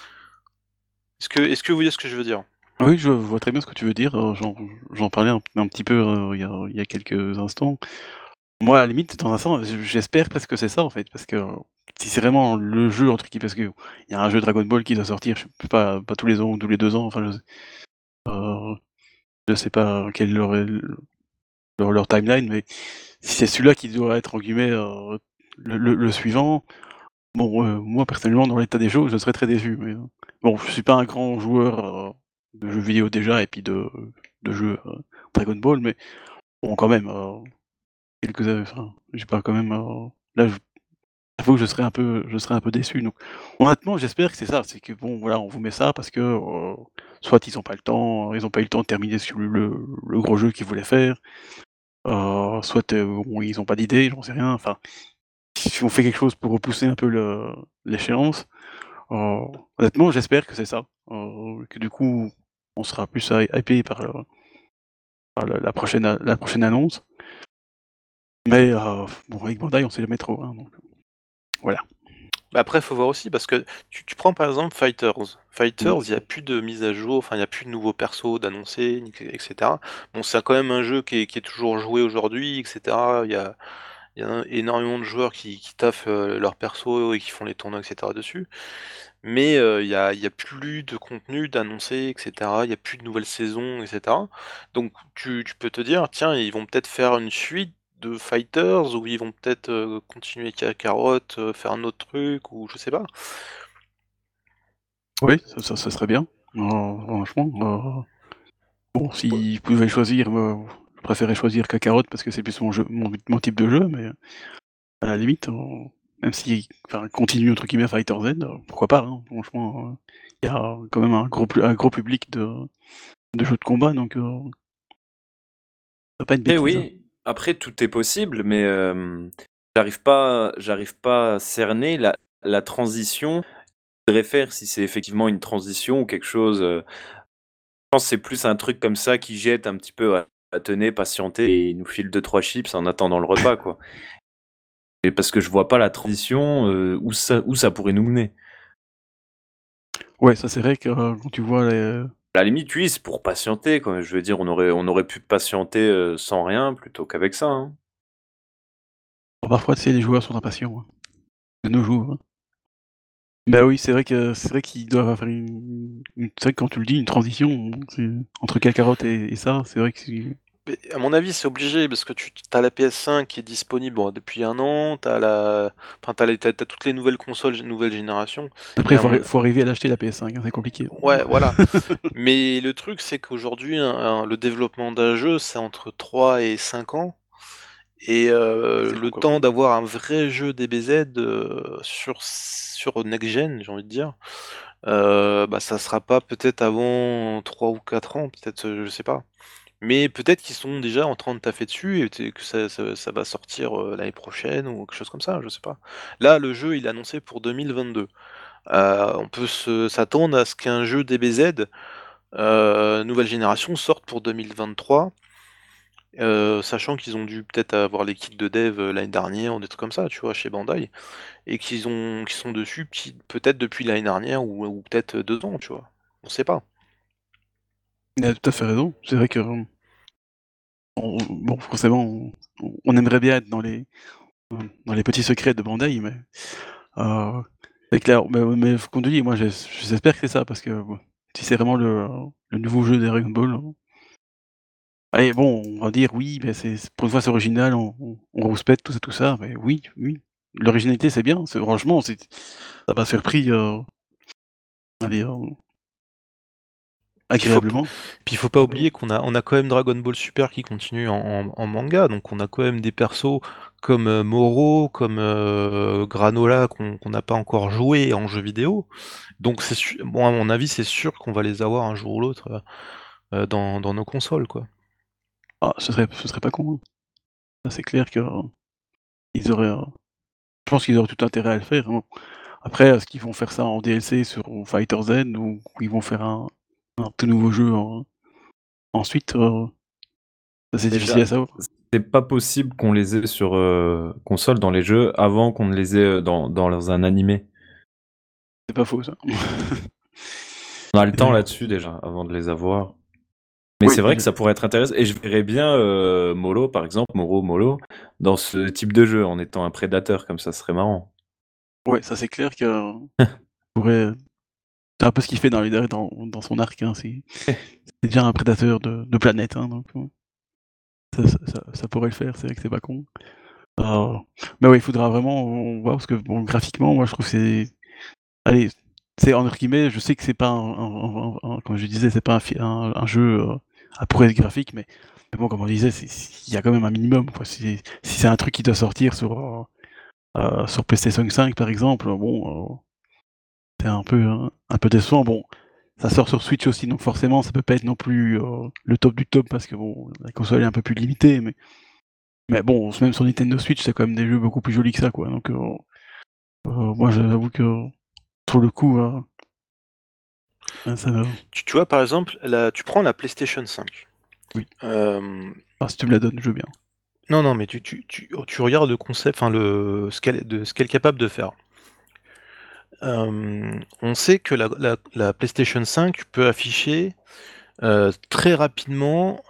Est-ce que est-ce que vous voyez ce que je veux dire? Oui, je vois très bien ce que tu veux dire, heu, j'en j'en parlais un un petit peu, heu, il y a il y a quelques instants. Moi, à la limite, dans un sens, j j'espère presque que c'est ça, en fait, parce que euh, si c'est vraiment le jeu entre guillemets parce qu'il y a un jeu Dragon Ball qui doit sortir, je sais pas pas tous les ans ou tous les deux ans, enfin je sais heu, je sais pas quelle leur est l leur leur timeline, mais si c'est celui-là qui doit être, entre guillemets, heu, le le le suivant, bon, heu, moi personnellement dans l'état des choses, je serais très déçu, mais, heu, bon, je suis pas un grand joueur, heu, de jeux vidéo déjà et puis de de jeux, heu, Dragon Ball, mais bon quand même, heu, quelques a enfin, j'ai pas quand même, heu, là je j'avoue que je serais un peu je serais un peu déçu, donc honnêtement j'espère que c'est ça, c'est que bon voilà, on vous met ça parce que, heu, soit ils ont pas le temps, ils ont pas eu le temps de terminer sur le le le gros jeu qu'ils voulaient faire, heu, soit, heu, bon ils ont pas d'idée, j'en sais rien, enfin, si on fait quelque chose pour repousser un peu le l'échéance. Heu, honnêtement, j'espère que c'est ça, heu, que du coup, on sera plus hy hypé par, heu, par la la prochaine a la prochaine annonce. Mais, heu, bon, avec Bandai, on sait jamais trop, hein, donc voilà. Bah, après, faut voir aussi parce que tu tu prends par exemple Fighters. Mmh. Fighters, il y a plus de mise à jour, enfin il y a plus de nouveaux persos d'annoncer ni et cetera. Bon, c'est quand même un jeu qui est qui est toujours joué aujourd'hui et cetera. Il y a il y a énormément de joueurs qui qui taffent, heu, leurs persos et qui font les tournois et cetera dessus. Mais, heu, il y a il y a plus de contenu d'annoncer et cetera. Il y a plus de nouvelles saisons et cetera. Donc tu tu peux te dire: «Tiens, ils vont peut-être faire une suite de Fighters ou ils vont peut-être, heu, continuer Kakarot, heu, faire un autre truc» ou je sais pas. Oui, ça ça ça serait bien. Heu, franchement, heu, bon, si je pouvais choisir, heu, je préférerais choisir Kakarot parce que c'est plus mon jeu mon mon type de jeu, mais à la limite, heu, même si enfin, continue entre guillemets Fighter Z, heu, pourquoi pas, hein, franchement, heu, il y a quand même un gros pu un gros public de de jeux de combat, donc heu, ça va pas une Eh bêtise, hein. oui, après tout est possible, mais hem, j'arrive pas j'arrive pas à cerner la la transition. Je voudrais faire si c'est effectivement une transition ou quelque chose, heu, je pense que c'est plus un truc comme ça qui jette un petit peu: «Ouais, bah, tenez, patientez» et il nous file deux trois chips en attendant le repas, quoi. Et parce que je vois pas la transition, heu, où ça où ça pourrait nous mener. Ouais, ça c'est vrai que, heu, quand tu vois les À la limite, oui, c'est pour patienter, quoi. Je veux dire, on aurait on aurait pu patienter, heu, sans rien plutôt qu'avec ça, hein. parfois, tu sais, les joueurs sont impatients, hein, de nos jours, hein. Bah oui, c'est vrai que c'est vrai qu'ils doivent faire une une c'est vrai que quand tu le dis, une transition, c'est entre Kakarot et et ça, c'est vrai que c'est Beh, à mon avis, c'est obligé parce que tu as la P S cinq qui est disponible, bon, depuis un an, tu as la enfin, tu as les tu as tu as toutes les nouvelles consoles gé nouvelle génération après et il à faut arri mon faut arriver à l'acheter la P S cinq, hein, c'est compliqué. ouais, voilà. Mais le truc, c'est qu'aujourd'hui, un un le développement d'un jeu, c'est entre trois et cinq ans et heu, C'est long le quand même. temps d'avoir un vrai jeu D B Z, heu, sur sur next gen, j'ai envie de dire, heu, bah, ça sera pas peut-être avant trois ou quatre ans, peut-être, heu, je sais pas. Mais peut-être qu'ils sont déjà en train de taffer dessus et t que ça ça ça va sortir, heu, l'année prochaine ou quelque chose comme ça, je sais pas. Là, le jeu, il est annoncé pour deux mille vingt-deux. Heu, on peut se s'attendre à ce qu'un jeu D B Z, heu, nouvelle génération sorte pour deux mille vingt-trois, heu, sachant qu'ils ont dû peut-être avoir les kits de dev, heu, l'année dernière ou des trucs comme ça, tu vois, chez Bandai et qu'ils ont qu'ils sont dessus pi peut-être depuis l'année dernière ou ou peut-être deux ans, tu vois? On sait pas. Il a tout à fait raison. C'est vrai que, on on bon, forcément, on on aimerait bien être dans les dans les petits secrets de Bandai, mais heu, c'est clair. Mais mais comme tu dis, moi j'es j'espère que c'est ça parce que, bon, si c'est vraiment le le nouveau jeu de Dragon Ball, hein, allez bon, on va dire oui, mais c'est c'est pour une fois c'est original, on on on respecte tout ça, tout ça, mais oui, oui. L'originalité c'est bien, c'est franchement, c'est ça m'a surpris, heu, allez, heu, Puis faut p agréablement. puis faut pas oublier qu'on a on a quand même Dragon Ball Super qui continue en en en manga, donc on a quand même des persos comme, heu, Moro, comme, heu, Granola qu'on qu'on n'a pas encore joué en jeu vidéo. Donc c'est su bon à mon avis, c'est sûr qu'on va les avoir un jour ou l'autre, heu heu, dans dans nos consoles, quoi. Ah, ce serait ce serait pas con, hein. Ça c'est clair que, heu, ils auraient, heu, je pense qu'ils auraient tout intérêt à le faire, hein. Après, est-ce qu'ils vont faire ça en D L C sur Fighter Z ou ils vont faire un un tout nouveau jeu en ensuite, heu, ça c'est difficile Déjà, à savoir. c'est pas possible qu'on les ait sur, heu, console dans les jeux avant qu'on ne les ait, heu, dans dans un animé. C'est pas faux ça. On a le temps Et là-dessus déjà, avant de les avoir. Mais oui, c'est vrai que le ça pourrait être intéressant et je verrais bien, heu, Molo par exemple, Moro, Molo, dans ce type de jeu, en étant un prédateur comme ça, ce serait marrant. ouais, ça c'est clair que pourrait c'est un peu ce qu'il fait dans les dans dans son arc, hein, c'est c'est déjà un prédateur de de planète, hein, donc heu, ça ça ça ça pourrait le faire, c'est vrai que c'est pas con. Heu, mais ouais, il faudra vraiment on voir parce que bon, graphiquement, moi je trouve que c'est allez, c'est entre guillemets, je sais que c'est pas un un un un comme je disais, c'est pas un fi un un jeu, heu, à prouesse graphique, mais mais bon, comme on disait, c'est c'est il y a quand même un minimum, quoi. Si si c'est un truc qui doit sortir sur, heu heu, sur PlayStation cinq par exemple, bon, heu, c'est un peu un un peu décevant. Bon, ça sort sur Switch aussi, donc forcément ça peut pas être non plus, heu, le top du top parce que bon, la console est un peu plus limitée, mais mais bon, même sur Nintendo Switch, c'est quand même des jeux beaucoup plus jolis que ça, quoi, donc heu heu, moi j'avoue que, pour le coup, heu, ah ça va, Tu tu vois, par exemple, la tu prends la PlayStation cinq. oui. Hem, Ah, si tu me la donnes, je veux bien. non, non, mais tu tu tu tu regardes le concept, enfin le ce qu'elle de ce qu'elle est capable de faire. Hem, on sait que la la la PlayStation cinq peut afficher, heu, très rapidement,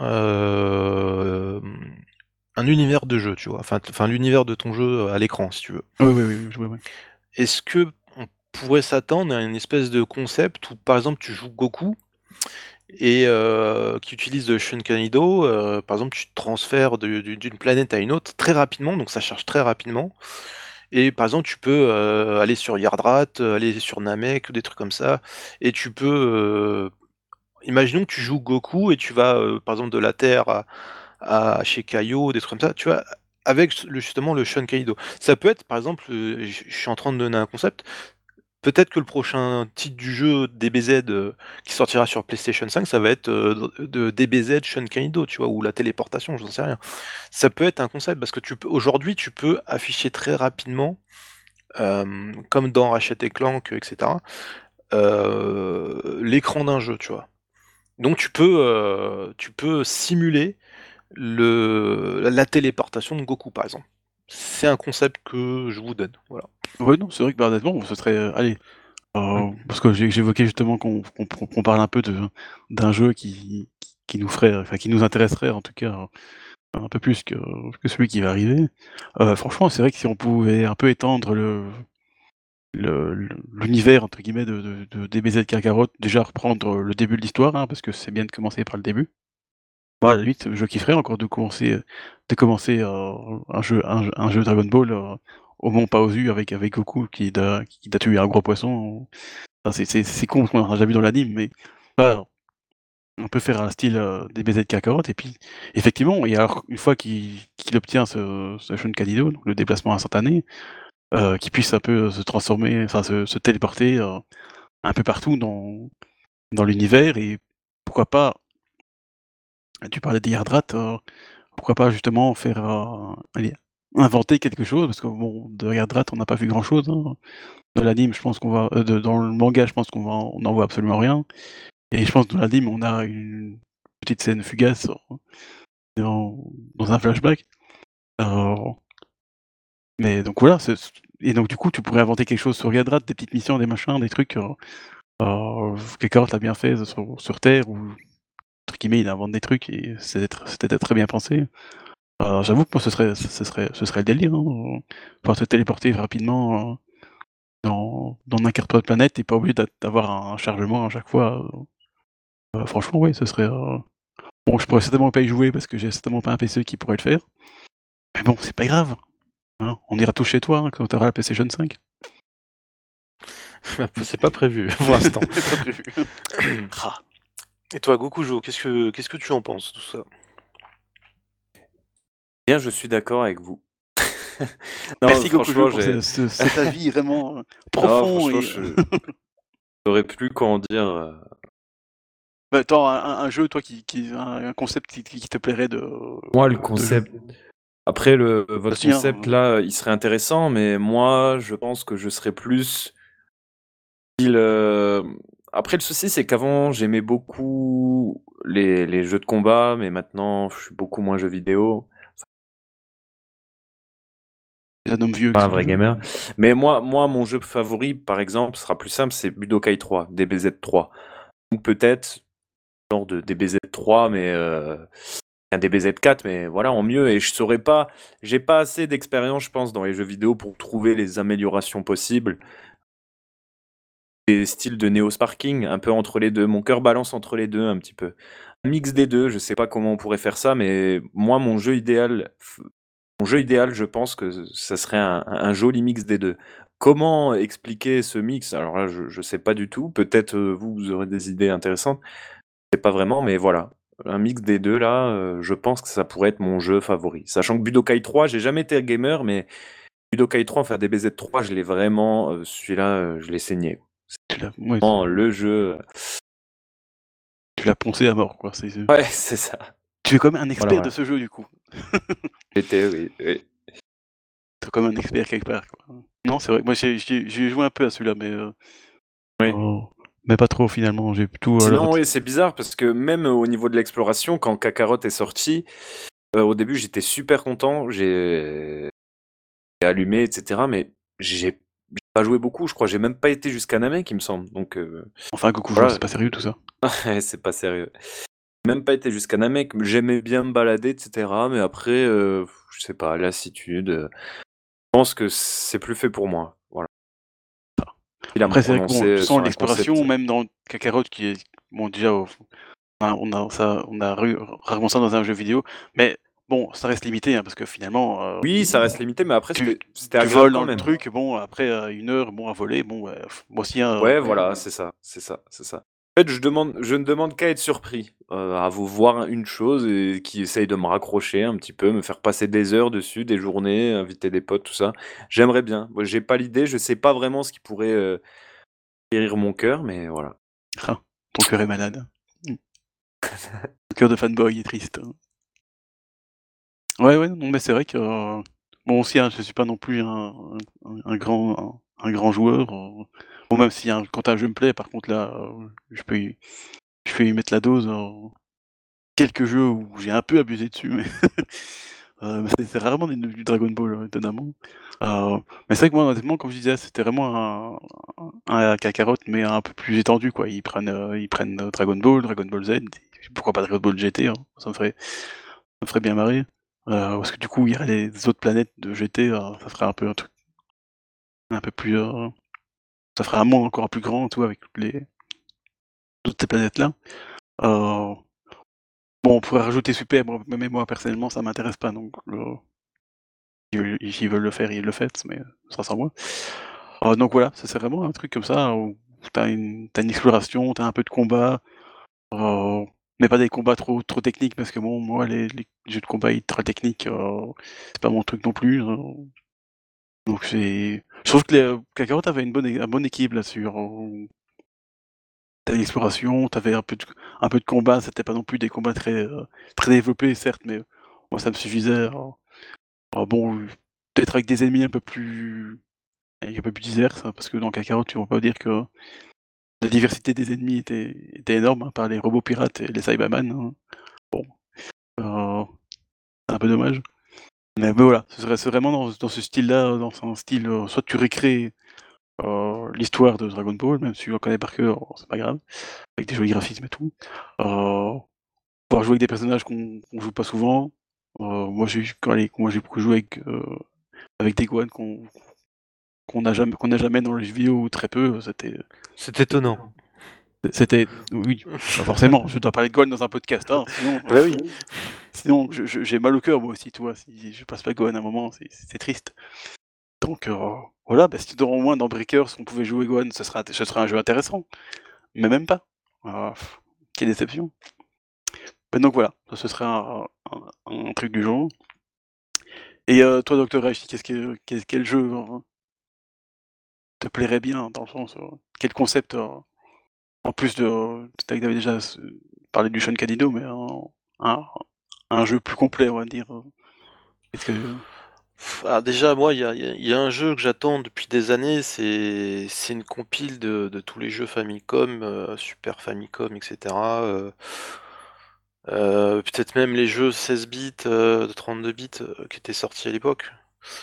hem, un univers de jeu, tu vois? Enfin t enfin l'univers de ton jeu, à l'écran, si tu veux. Oui, oui, oui, oui, je vois, ouais. Est-ce qu'on pourrait s'attendre à une espèce de concept où, par exemple, tu joues Goku et heu, qui utilise le Shunkaido, heu, par exemple, tu te transfères de d'u d'une planète à une autre très rapidement, donc ça charge très rapidement et par exemple, tu peux, heu, aller sur Yardrat, heu, aller sur Namek ou des trucs comme ça et tu peux, heu, imaginons que tu joues Goku et tu vas, heu, par exemple, de la Terre à à chez Kaio, des trucs comme ça, tu vois? Avec s le justement le Shunkaido. Ça peut être, par exemple, heu, je je suis en train de donner un concept. Peut-être que le prochain titre du jeu D B Z, heu, qui sortira sur PlayStation cinq, ça va être, heu, de de D B Z Shunkaido, tu vois? Ou la téléportation, j'en sais rien. Ça peut être un concept parce que tu peux aujourd'hui, tu peux afficher très rapidement, hem, comme dans Ratchet et Clank, et cetera, heu, l'écran d'un jeu, tu vois? Donc tu peux, heu, tu peux simuler le la téléportation de Goku, par exemple. C'est un concept que je vous donne, voilà. Ouais, non, c'est vrai que, bah, honnêtement, ce serait, heu, allez, Mmh. heu, parce que j'ai j'évoquais justement qu'on qu'on qu'on qu'on parle un peu de d'un jeu qui qui qui nous ferait, enfin, qui nous intéresserait en tout cas, heu, un peu plus que que celui qui va arriver. Heu, franchement, c'est vrai que si on pouvait un peu étendre le le le «l'univers» entre guillemets de de de D B Z Kakarot, déjà reprendre le début de l'histoire, hein, parce que c'est bien de commencer par le début. Moi, à la limite, je kifferais encore de commencer, heu, de commencer, heu, un jeu un jeu un jeu Dragon Ball, heu, au Mont Paozu avec avec Goku qui doit qui doit tuer un gros poisson. Enfin, c'est c'est c'est con parce qu'on l'a déjà vu dans l'anime, mais voilà, on peut faire un style, heu, D B Z Kakarot et puis effectivement et alors une fois qu'il qu'il obtient ce ce Shunkaido, donc le déplacement instantané, heu, qu'il puisse un peu se transformer, enfin se se téléporter, heu, un peu partout dans dans l'univers et pourquoi pas tu parlais des Yardrat, heu, pourquoi pas justement faire, heu, allez, inventer quelque chose parce que bon, de Yardrat, on n'a pas vu grand chose, hein. De l'anime, je pense qu'on va heu, de dans le manga, je pense qu'on va on n'en voit absolument rien et je pense que dans l'anime, on a une petite scène fugace dans dans un flashback. Heu, mais donc voilà, c'est et donc du coup, tu pourrais inventer quelque chose sur Yardrat, des petites missions, des machins, des trucs, heu heu, Kakarot l'a bien fait sur sur Terre où, entre guillemets, «il invente des trucs» et c'est tr c'était très bien pensé. Heu, j'avoue que moi ce serait ce serait ce serait le délire, hein, heu, pouvoir se téléporter rapidement, heu, dans dans n'importe quelle planète et pas obligé d'a d'avoir un chargement à chaque fois, heu heu, franchement oui, ce serait, heu bon je pourrais certainement pas y jouer parce que j'ai certainement pas un P C qui pourrait le faire, mais bon, c'est pas grave, hein, on ira tous chez toi, hein, quand tu auras la PlayStation cinq. C'est pas prévu pour l'instant. C'est pas prévu. Ah. Et toi, Gokujo, qu'est-ce que qu'est-ce que tu en penses, tout ça? Bien, je suis d'accord avec vous. Non, Merci Gokujo franchement, pour j'ai ce ce cet avis vraiment, heu, non, profond franchement, et je saurais plus quoi en dire, heu. bah, attends, un un un jeu toi qui qui un un concept qui qui te plairait de Moi, le de jeu? concept après le votre Vas-y, hein, concept là, il serait intéressant, mais moi, je pense que je serais plus style, hem après le souci, c'est qu'avant, j'aimais beaucoup les les jeux de combat, mais maintenant, je suis beaucoup moins jeux vidéo. un homme vieux avec Pas un son vrai jeu. gamer. Mais moi moi, mon jeu favori, par exemple, sera plus simple, c'est Budokai trois, D B Z trois. Ou peut-être, genre de D B Z trois, mais heu, un D B Z quatre, mais voilà, en mieux et je saurais pas j'ai pas assez d'expérience, je pense, dans les jeux vidéo pour trouver les améliorations possibles. Des styles de Neo Sparking, un peu entre les deux. Mon cœur balance entre les deux un petit peu. Un mix des deux, je sais pas comment on pourrait faire ça, mais moi, mon jeu idéal f mon jeu idéal, je pense que ça serait un un joli mix des deux. Comment expliquer ce mix? Alors là, je je sais pas du tout. Peut-être, heu, vous, vous aurez des idées intéressantes. Je sais pas vraiment, mais voilà. Un mix des deux là, heu, je pense que ça pourrait être mon jeu favori. Sachant que Budokai trois, j'ai jamais été gamer, mais Budokai trois, enfin D B Z trois, je l'ai vraiment, heu, celui-là, heu, je l'ai saigné. Tu l'as ouais, Vraiment le jeu, heu tu l'as poncé à mort quoi, c'est ouais, c'est ça. tu es comme un Voilà, expert de voilà. ce jeu du coup. J'étais oui, oui. Tu es comme un expert quelque part quoi. Non, c'est vrai, moi j'ai j'ai j'ai joué un peu à celui-là, mais heu, Oui. oh, mais pas trop finalement, j'ai plutôt, heu, le Sinon, ret oui, c'est bizarre parce que même au niveau de l'exploration, quand Kakarot est sorti, heu, au début, j'étais super content. J'ai j'ai allumé et cetera, mais j'ai j'ai pas joué beaucoup. Je crois j'ai même pas été jusqu'à Namek, il me semble, donc heu, enfin Gokujo, c'est voilà. pas sérieux tout ça. Ouais, c'est pas sérieux. Même pas été jusqu'à Namek, mais j'aimais bien me balader et cetera, mais après, heu, je sais pas, lassitude, heu, je pense que c'est plus fait pour moi. Voilà. Il a me Après c'est vrai que bon, tu prononcer sens sur un l'exploration concept. même dans Kakarot qui est bon déjà au enfin, on a ça on a ru rarement ça dans un jeu vidéo, mais bon, ça reste limité, hein, parce que finalement, heu, Oui, ça reste limité, mais après tu c'était c'était tu agréable voles quand dans le même. truc, bon après, heu, une heure, bon à voler, bon, bah, moi aussi, hein, Ouais, après, voilà, c'est ça, c'est ça, c'est ça. En fait, je demande je ne demande qu'à être surpris, heu, à vous voir une chose et qui essaye de me raccrocher un petit peu, me faire passer des heures dessus, des journées, inviter des potes, tout ça. J'aimerais bien. Moi, j'ai pas l'idée, je sais pas vraiment ce qui pourrait, heu, guérir mon cœur, mais voilà. ah, ton cœur est malade. Mmh. Ton cœur de fanboy est triste, hein. Ouais, ouais, non, mais c'est vrai que, heu, bon aussi, hein, je suis pas non plus un un un grand un un grand joueur, heu, bon même si un quand un jeu me plaît, par contre là, heu, je peux y je peux y mettre la dose, heu, quelques jeux où j'ai un peu abusé dessus, mais heu, mais c'est c'est rarement du du Dragon Ball, heu, étonnamment. Heu, mais c'est vrai que moi, honnêtement, comme je disais, c'était vraiment un un un Kakarot, mais un peu plus étendu, quoi. Ils prennent, heu, ils prennent, heu, Dragon Ball, Dragon Ball Z, pourquoi pas Dragon Ball G T, hein, ça me ferait ça me ferait bien marrer. Heu, parce que du coup, il y aurait les autres planètes de G T, heu, ça ferait un peu un truc un peu plus, heu, ça ferait un monde encore plus grand, tu vois? Avec toutes les toutes ces planètes-là. Heu, bon, on pourrait rajouter Super, bon, mais moi personnellement, ça m'intéresse pas, donc heu, ils veulent s'ils veulent le faire, ils le font, mais ça sans moi. Heu, donc voilà, ça c'est vraiment un truc comme ça où tu as une tu as une exploration, tu as un peu de combat, heu, mais pas des combats trop trop techniques parce que bon, moi les les jeux de combat ultra techniques, heu, c'est pas mon truc non plus, heu, donc c'est je trouve que les, heu, Kakarot avait une bonne é un bon équilibre là-dessus, heu, t'avais l'exploration, t'avais un peu de un peu de combat, c'était pas non plus des combats très, heu, très développés certes, mais moi ça me suffisait. Alors alors bon, peut-être avec des ennemis un peu plus avec un peu plus divers, hein, parce que dans Kakarot, tu vas pas dire que la diversité des ennemis était était énorme, à part les robots pirates et les Cyberman, hein. Bon, heu, c'est un peu dommage. Mais mais voilà, ce serait c'est vraiment dans dans ce style-là, dans un style, heu, soit tu récrées, heu, l'histoire de Dragon Ball, même si tu la connais par cœur, c'est pas grave, avec des jolis graphismes et tout. Heu, pouvoir jouer avec des personnages qu'on qu'on joue pas souvent. Heu, moi j'ai quand allez, moi j'ai beaucoup joué avec, heu, avec des Gohan qu'on qu'on n'a jamais qu'on n'a jamais dans les jeux vidéo ou très peu, c'était C'est étonnant. c'était oui, pas forcément, je dois parler de Gohan dans un podcast, hein, sinon Bah oui. sinon je je j'ai mal au cœur moi aussi, tu vois? Si je passe pas Gohan à un moment, c'est c'est triste. Donc heu, voilà, bah, si dans au moins dans Breakers on pouvait jouer Gohan, ce serait int ce serait un jeu intéressant, mais même pas. Ah, quelle déception. Bah, donc voilà, ça ce serait un un un truc du genre. Et heu, toi docteur H, qu'est-ce que quel quel jeu, heu, te plairait bien? Dans le sens, heu, quel concept, heu, en plus de tu avais déjà ce parlé du Shonkadido, mais un un un jeu plus complet, on va dire, heu, qu'est-ce que Pff, ah, déjà, moi, il y a, il y a- il y a un jeu que j'attends depuis des années, c'est c'est une compile de, de tous les jeux Famicom, euh, Super Famicom, et cetera. euh, euh, peut-être même les jeux seize bits, euh, de trente-deux bits euh, qui étaient sortis à l'époque.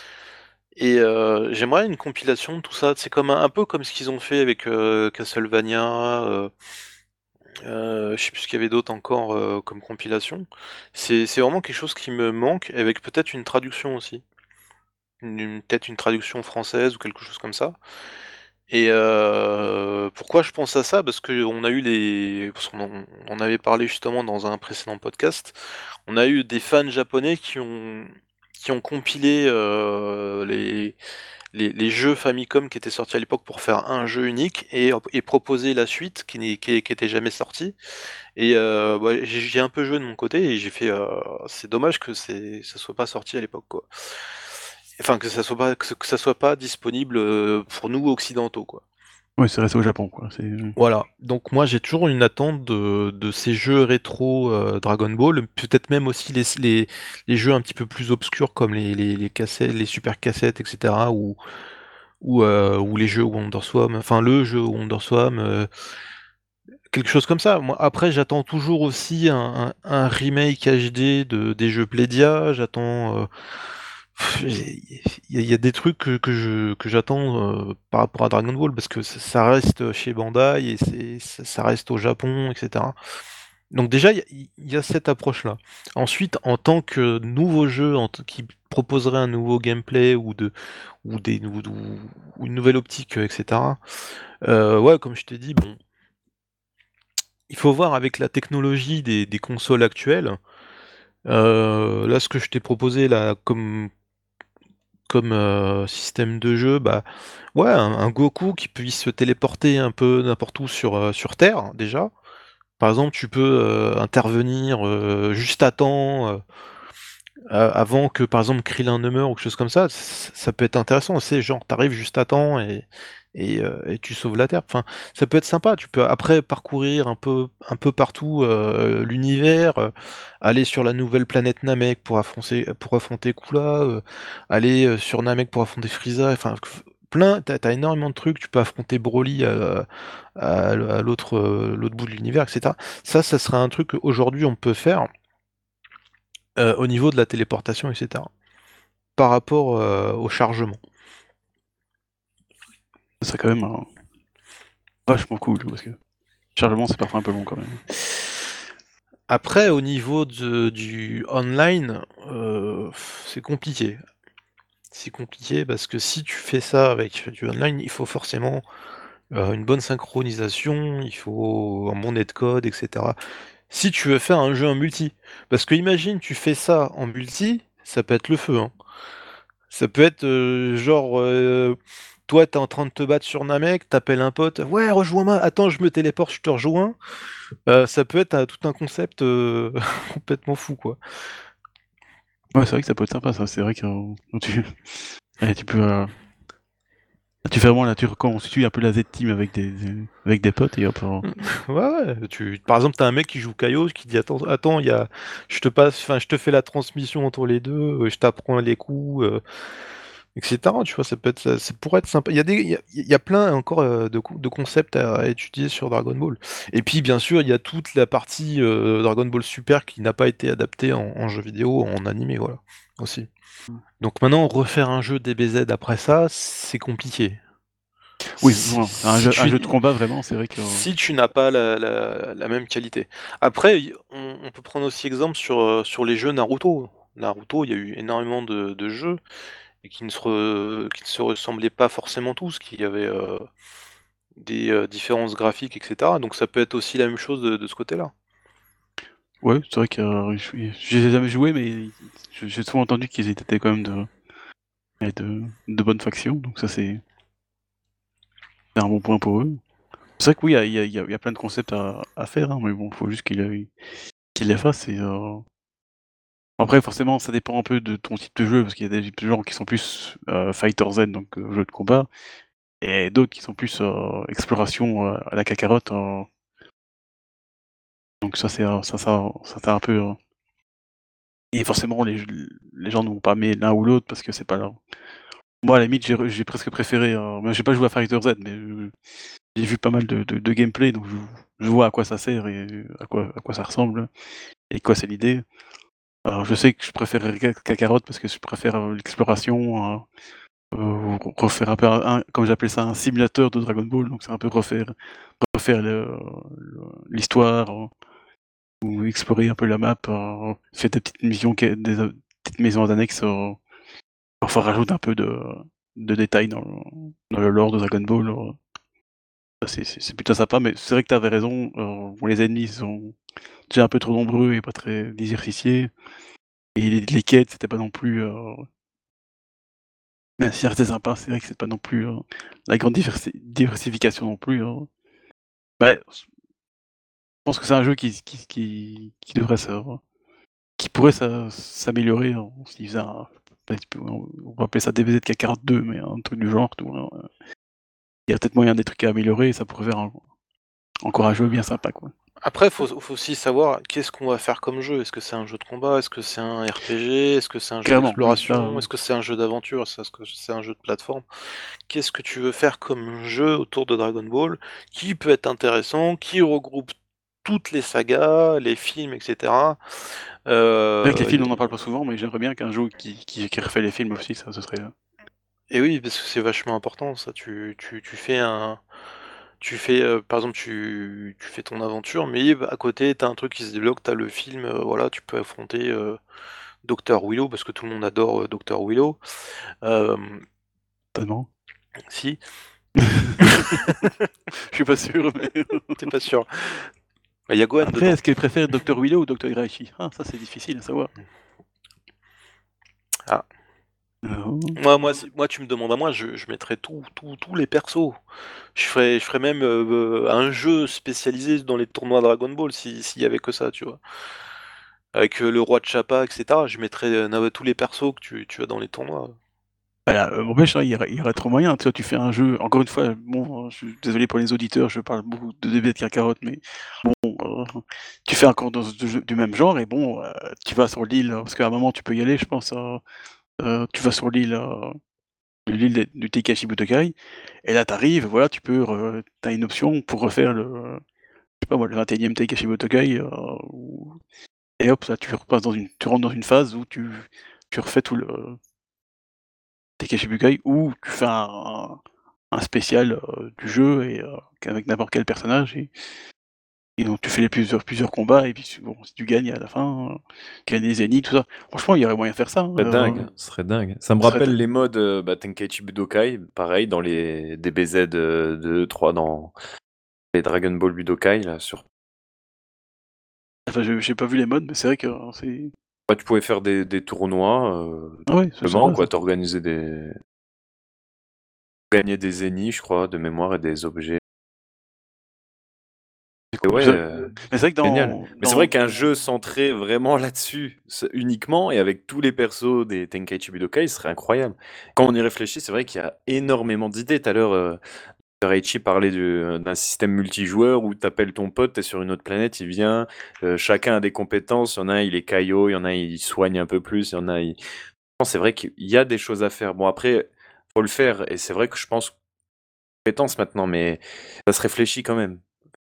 Et euh, j'aimerais une compilation de tout ça. C'est comme un, un peu comme ce qu'ils ont fait avec euh, Castlevania. Euh, euh, je sais plus ce qu'il y avait d'autre encore euh, comme compilation. C'est c'est vraiment quelque chose qui me manque, avec peut-être une traduction aussi. Une- une- peut-être une traduction française ou quelque chose comme ça. Et euh, pourquoi je pense à ça? Parce que on a eu les, parce qu'on en, on en avait parlé justement dans un précédent podcast. On a eu des fans japonais qui ont qui ont compilé euh, les, les les jeux Famicom qui étaient sortis à l'époque pour faire un jeu unique et, et proposer la suite qui n'est qui, qui était jamais sortie. Et euh, bah, j'ai j'ai un peu joué de mon côté et j'ai fait, euh, c'est dommage que c'est ça soit pas sorti à l'époque quoi. Enfin que ça soit pas que, ce- que ça soit pas disponible euh, pour nous occidentaux quoi. ouais, c'est resté au Japon, quoi, c'est Voilà, donc moi j'ai toujours une attente de, de ces jeux rétro euh, Dragon Ball, peut-être même aussi les, les, les jeux un petit peu plus obscurs comme les, les, les cassettes, les super cassettes, et cetera. Ou, ou, euh, ou les jeux WonderSwan, enfin le jeu WonderSwan, euh, quelque chose comme ça. Moi, après j'attends toujours aussi un, un, un remake H D de, des jeux Playdia, j'attends... euh, Il y, a- il y a des trucs que, que je que j'attends euh, par rapport à Dragon Ball parce que ça, ça reste chez Bandai et c'est ça, ça reste au Japon, et cetera. Donc déjà il y, a il y a cette approche-là. Ensuite, en tant que nouveau jeu en t- qui proposerait un nouveau gameplay ou de ou des ou, ou- ou une nouvelle optique, euh, et cetera. Euh, ouais, comme je t'ai dit, bon, il faut voir avec la technologie des, des consoles actuelles. Euh, là, ce que je t'ai proposé là comme comme euh, système de jeu, bah ouais, un, un Goku qui puisse se téléporter un peu n'importe où sur, euh, sur Terre, déjà. Par exemple, tu peux euh, intervenir euh, juste à temps, euh, a- avant que, par exemple, Krillin ne meure ou quelque chose comme ça. c- Ça peut être intéressant, c'est genre, t'arrives juste à temps et, et, euh, et tu sauves la Terre. Enfin, ça peut être sympa. Tu peux après parcourir un peu, un peu partout euh, l'univers, euh, aller sur la nouvelle planète Namek pour affronter, pour affronter Koola, euh, aller euh, sur Namek pour affronter Frieza. Enfin, f- plein. T'as, t'as énormément de trucs. Tu peux affronter Broly à, à, à l'autre, euh, l'autre bout de l'univers, et cetera. Ça, ça serait un truc qu'aujourd'hui on peut faire euh, au niveau de la téléportation, et cetera. Par rapport euh, au chargement. ce serait quand même, heu, vachement cool, parce que le chargement, c'est parfois un peu long quand même. Après, au niveau de, du online, euh, c'est compliqué. C'est compliqué parce que si tu fais ça avec du online, il faut forcément euh, une bonne synchronisation, il faut un bon netcode, et cetera. Si tu veux faire un jeu en multi, parce que imagine, tu fais ça en multi, ça peut être le feu, hein. Ça peut être euh, genre, euh, toi t'es en train de te battre sur Namek, t'appelles un pote, ouais rejoins-moi, attends je me téléporte, je te rejoins. Euh, ça peut être euh, tout un concept euh, complètement fou quoi. Ouais, c'est vrai que ça peut être sympa ça, c'est vrai que, heu, tu ouais, tu peux, heu, Tu fais vraiment là, tu reconstitues un peu la Z-Team avec des, des- avec des potes et hop. alors- Ouais, ouais. Tu, par exemple, t'as un mec qui joue Kaios qui dit attends, attends, il y a, je te passe, enfin, je te fais la transmission entre les deux, euh, je t'apprends les coups, euh, et cetera. Tu vois, ça peut être, ça, ça pourrait être sympa. Il y a des, il y a, il y a plein encore euh, de, co- de concepts à, à étudier sur Dragon Ball. Et puis, bien sûr, il y a toute la partie euh, Dragon Ball Super qui n'a pas été adaptée en, en jeu vidéo, en animé, voilà, aussi. Donc maintenant, refaire un jeu D B Z après ça, c'est compliqué. Oui, Si, bon, un, si jeu, un tu, jeu de combat vraiment, c'est vrai que. si tu n'as pas la, la- la même qualité. Après, y- on, on peut prendre aussi exemple sur, euh, sur les jeux Naruto. Naruto, il y a eu énormément de, de jeux et qui ne, se re- qui ne se ressemblaient pas forcément tous, qui avaient euh, des euh, différences graphiques, et cetera. Donc ça peut être aussi la même chose de, de ce côté-là. Ouais, c'est vrai que euh, je je les ai jamais joués, mais je- j'ai souvent entendu qu'ils étaient quand même de, de, de bonnes factions, donc ça c'est c'est un bon point pour eux. C'est vrai que oui, il y a, il y a- il y a- il y a plein de concepts à, à faire, hein, mais bon, faut juste qu'ils les qu'ils les fassent. Et, euh, après, forcément, ça dépend un peu de ton type de jeu, parce qu'il y a des gens qui sont plus euh, Fighter Z, donc euh, jeu de combat, et d'autres qui sont plus euh, exploration euh, à la Kakarot. euh. Donc ça, c'est euh, ça, ça, ça, c'est un peu. euh, Et forcément, les, les gens ne vont pas aimer l'un ou l'autre parce que c'est pas leur. Moi, à la limite, j'ai j'ai presque préféré. euh, moi, j'ai pas joué à Fighter Z, mais euh, j'ai vu pas mal de, de, de gameplay, donc je, je vois à quoi ça sert et à quoi, à quoi ça ressemble et quoi c'est l'idée. Alors, je sais que je préférerais Ka- Kakarot parce que je préfère euh, l'exploration, euh, euh, refaire un peu, un, un- comme j'appelle ça, un simulateur de Dragon Ball, donc c'est un peu refaire, refaire le- le- l'histoire euh, ou explorer un peu la map, euh, faire des petites missions, qui- des euh, petites maisons annexes. euh, Parfois rajoute un peu de, de détails dans, le- dans le lore de Dragon Ball. euh. Ça, C'est c'est- c'est plutôt sympa, mais c'est vrai que tu avais raison. euh, bon, les ennemis sont déjà un peu trop nombreux et pas très diversifiés. Et les, les quêtes, c'était pas non plus. Euh... Même si c'était sympa, c'est vrai que c'est pas non plus euh, la grande diversi- diversification non plus. hein. Bah, je pense que c'est un jeu qui, qui, qui, qui devrait se, qui pourrait s'a- s'améliorer en s'il faisait un. peut-être, On on va appeler ça D B Z K quarante-deux, mais un truc du genre. tout, hein. Il y a peut-être moyen des trucs à améliorer et ça pourrait faire un, encore un jeu bien sympa, quoi. Après, faut, faut aussi savoir qu'est-ce qu'on va faire comme jeu. Est-ce que c'est un jeu de combat? Est-ce que c'est un R P G? Est-ce que c'est un jeu Clairement, oui, ça, d'exploration? Est-ce que c'est un jeu d'aventure? Est-ce que c'est un jeu de plateforme? Qu'est-ce que tu veux faire comme jeu autour de Dragon Ball qui peut être intéressant, qui regroupe toutes les sagas, les films, et cetera. c'est vrai que les Euh, films, on n'en parle pas souvent, mais j'aimerais bien qu'un jeu qui, qui, qui refait les films aussi, ça, ce serait. euh, et oui, parce que c'est vachement important ça. Tu, tu, tu fais un, tu fais, euh, par exemple, tu, tu fais ton aventure, mais à côté, t'as un truc qui se débloque, t'as le film, euh, voilà, tu peux affronter euh, Docteur Willow, parce que tout le monde adore euh, Docteur Willow. Euh, Totalement. si, Je suis pas sûr, mais. t'es pas sûr. Bah, y a Gohan Après, dedans. est-ce qu'elle préfère docteur Willow ou docteur Hiraishi? Ah, ça, c'est difficile à savoir. Ah. Euh, Moi, moi, si- moi, tu me demandes à moi, je, je mettrais tout, tout- tous les persos. Je ferais, je ferais même euh, un jeu spécialisé dans les tournois Dragon Ball si- s'il y avait que ça, tu vois. Avec euh, le roi de Chappa, et cetera. Je mettrais euh, tous les persos que tu, tu as dans les tournois. Voilà, euh, n'empêche, hein, il y aurait, il y aurait trop moyen. Tu vois, tu fais un jeu. Encore une fois, bon, je suis désolé pour les auditeurs, je parle beaucoup de D B de carotte, mais bon, euh, tu fais encore dans ce jeu du même genre et bon, euh, tu vas sur l'île parce qu'à un moment tu peux y aller, je pense. euh, euh, tu vas sur l'île, euh, l'île de- du Teikashi Butokai, et là t'arrives, voilà, tu peux, re- t'as une option pour refaire le, je sais pas moi, le vingt et unième Teikashi Butokai, euh, ou- et hop, là tu repasses dans une, tu rentres dans une phase où tu, tu refais tout le Teikashi Butokai, ou tu fais un, un spécial euh, du jeu et euh, avec n'importe quel personnage et, et donc tu fais les plusieurs plusieurs combats et puis tu- bon, si tu gagnes à la fin, euh, tu gagnes des ennemis, tout ça. Franchement, il y aurait moyen de faire ça. hein, Ce serait euh, dingue. Ce serait dingue. Ça me Ce serait rappelle dingue. les modes euh, bah, Tenkaichi Budokai, pareil, dans les D B Z euh, deux, trois, dans les Dragon Ball Budokai, là, sur... Enfin, je- j'ai pas vu les modes, mais c'est vrai que euh, c'est. Bah, tu pouvais faire des, des tournois, euh, Ah ouais, c'est simplement, sympa quoi, ça. t'organiser des... gagner des ennemis, je crois, de mémoire et des objets. C'est cool. Ouais, Ça- euh, Mais c'est vrai que génial. dans, Mais c'est dans- vrai qu'un jeu centré vraiment là-dessus, c'est- uniquement, et avec tous les persos des Tenkaichi Budokai, ce serait incroyable. Quand on y réfléchit, c'est vrai qu'il y a énormément d'idées. Tout à l'heure, euh, Reichi parlait du- d'un système multijoueur où tu appelles ton pote, tu es sur une autre planète, il vient, euh, chacun a des compétences, il y en a un, il est Kaio, il y en a un, il soigne un peu plus, il y en a, il... Non, c'est vrai qu'il y a des choses à faire. Bon, après, faut le faire, et c'est vrai que je pense compétences maintenant, mais ça se réfléchit quand même.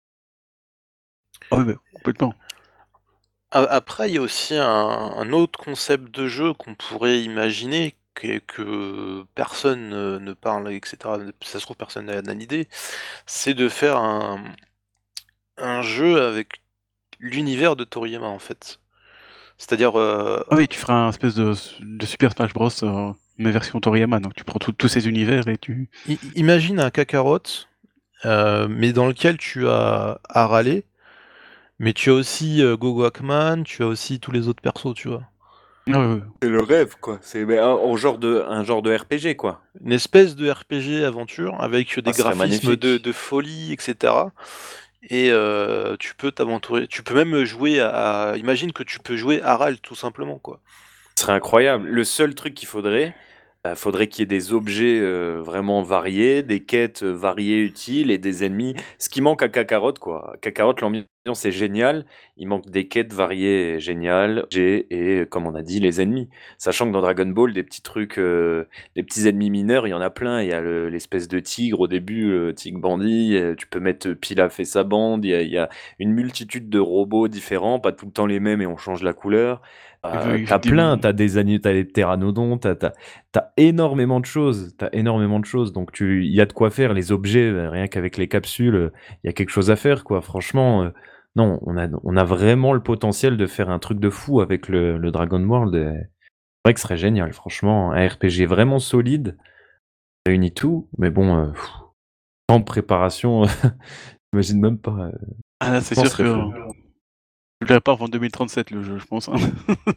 Ah oui, bah, complètement. A- Après, il y a aussi un, un autre concept de jeu qu'on pourrait imaginer que, que personne ne, ne parle, et cetera. Ça se trouve, personne n'a n'a l'idée. C'est de faire un, un jeu avec l'univers de Toriyama, en fait. C'est-à-dire, euh, Ah oui, tu feras un espèce de, de Super Smash Bros. Euh, mais version Toriyama. Donc tu prends tout- tous ces univers et tu. i- imagine un Kakarot, euh, mais dans lequel tu as Harale, mais tu as aussi euh, Gogo Hackman, tu as aussi tous les autres persos, tu vois. Ah ouais, ouais. C'est le rêve, quoi. C'est mais un, un genre de, un genre de R P G, quoi. Une espèce de R P G aventure avec des Ah, ce serait graphismes de, magnifique. de folie, et cetera. Et euh, tu peux t'aventurer, tu peux même jouer à, à- Imagine que tu peux jouer Harald tout simplement, quoi. Ce serait incroyable. Le seul truc qu'il faudrait, euh, faudrait qu'il y ait des objets euh, vraiment variés, des quêtes euh, variées, utiles et des ennemis. Ce qui manque à Kakarot, quoi. Kakarot, l'ambiance est géniale. Il manque des quêtes variées et géniales. J'ai et comme on a dit, les ennemis. Sachant que dans Dragon Ball, des petits trucs, euh, des petits ennemis mineurs, il y en a plein. Il y a le- l'espèce de tigre au début, le tigre bandit. euh, Tu peux mettre Pilaf et sa bande. Il y a, il y a une multitude de robots différents, pas tout le temps les mêmes et on change la couleur. Euh, t'as plein, Effectivement. t'as des animaux, t'as les pteranodons, t'as, t'as, t'as énormément de choses, t'as énormément de choses. Donc tu, il y a de quoi faire. Les objets, euh, rien qu'avec les capsules, euh, il y a quelque chose à faire, quoi. Franchement, euh, non, on a, on a vraiment le potentiel de faire un truc de fou avec le, le Dragon World. et C'est vrai que ce serait génial, franchement, un R P G vraiment solide, réunit tout. Mais bon, euh, pff, sans préparation, j'imagine même pas. euh, Ah là, c'est je pense sûr que ce que serait fou. je l'aurai pas avant deux mille trente-sept le jeu, je pense. hein.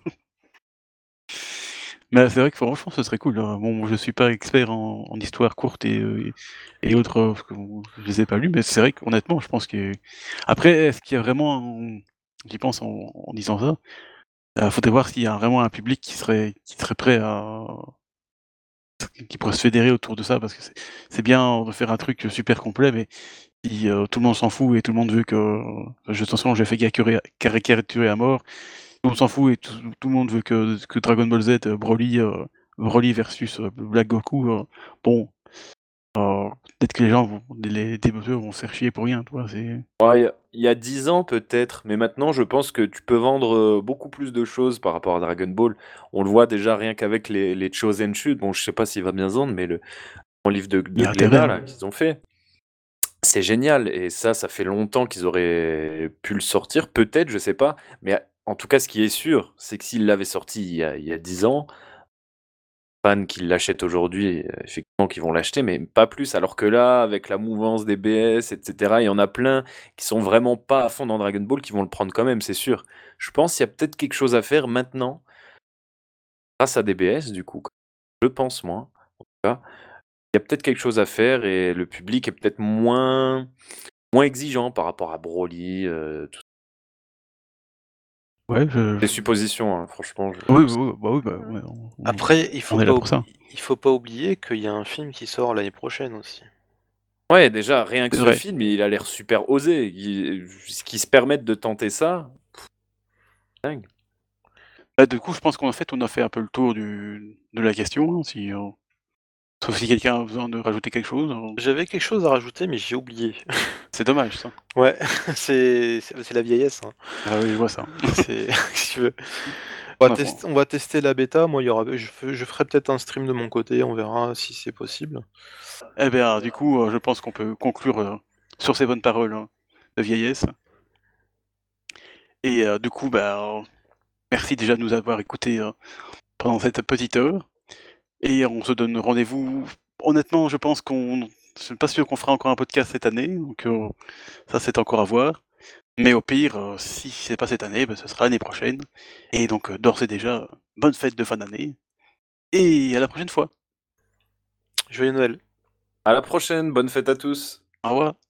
Mais c'est vrai que franchement, ce serait cool. hein. Bon, je suis pas expert en, en histoire courte et, euh, et autres, euh, parce que bon, je les ai pas lus, mais c'est vrai qu'honnêtement, je pense que. Après, est-ce qu'il y a vraiment. un- J'y pense en, en disant ça. Il faudrait voir s'il y a vraiment un public qui serait, qui serait prêt à. Qui pourrait se fédérer autour de ça, parce que c'est c'est bien de faire un truc super complet, mais si euh, tout le monde s'en fout et tout le monde veut que. Je, attention, j'ai fait caricaturer caricaturer à mort. Tout le monde s'en fout et tout, tout le monde veut que, que Dragon Ball Z, euh, Broly, euh, Broly versus euh, Black Goku. euh, bon, euh, peut-être que les gens, vont, les développeurs vont se faire chier pour rien, tu vois. C'est... Ouais, il y a- il y a dix ans peut-être, mais maintenant je pense que tu peux vendre euh, beaucoup plus de choses par rapport à Dragon Ball. On le voit déjà rien qu'avec les, les Chosen Shoot. Bon, je sais pas s'il va bien se vendre, mais le mon livre de, Il y de a intérêt. Glénat là Hein. qu'ils ont fait, c'est génial. Et ça, ça fait longtemps qu'ils auraient pu le sortir, peut-être, je sais pas. Mais en tout cas, ce qui est sûr, c'est que s'ils l'avaient sorti il y a, il y a dix ans, fans qui l'achètent aujourd'hui, euh, effectivement, qui vont l'acheter, mais pas plus. Alors que là, avec la mouvance des B S, et cetera, il y en a plein qui sont vraiment pas à fond dans Dragon Ball, qui vont le prendre quand même, c'est sûr. Je pense qu'il y a peut-être quelque chose à faire maintenant, grâce à des B S, du coup. Je pense, moi. En tout cas, il y a peut-être quelque chose à faire et le public est peut-être moins, moins exigeant par rapport à Broly. Euh, tout... Ouais, je... Des suppositions, hein, franchement. Je... Oui, oui, bah oui, bah, ouais, on, on est, Après, il faut on est pas là pour ça. oublier, il faut pas oublier qu'il y a un film qui sort l'année prochaine aussi. Ouais, déjà, rien que C'est ce vrai. film, il a l'air super osé. Il... Ce qui se permettent de tenter ça, dingue. Bah, du coup, je pense qu'en fait, on a fait un peu le tour du, de la question. Hein, si, euh, sauf si quelqu'un a besoin de rajouter quelque chose. euh, J'avais quelque chose à rajouter, mais j'ai oublié. C'est dommage, ça. Ouais, c'est c'est c'est la vieillesse. Hein. Ah oui, je vois ça. C'est si tu veux. On va, On a- tester, on va tester la bêta. Moi, il y aura, je, fais- je ferai peut-être un stream de mon côté. On verra si c'est possible. Eh bien, du coup, euh, je pense qu'on peut conclure euh, sur ces bonnes paroles hein, de vieillesse. Et euh, du coup, bah, euh, merci déjà de nous avoir écoutés euh, pendant cette petite heure. Et on se donne rendez-vous. Honnêtement, je pense qu'on. Je suis pas sûr qu'on fera encore un podcast cette année, donc euh, ça c'est encore à voir. Mais au pire, euh, si c'est pas cette année, bah, ce sera l'année prochaine. Et donc, euh, d'ores et déjà, bonne fête de fin d'année. Et à la prochaine fois. Joyeux Noël. À la prochaine, bonne fête à tous. Au revoir.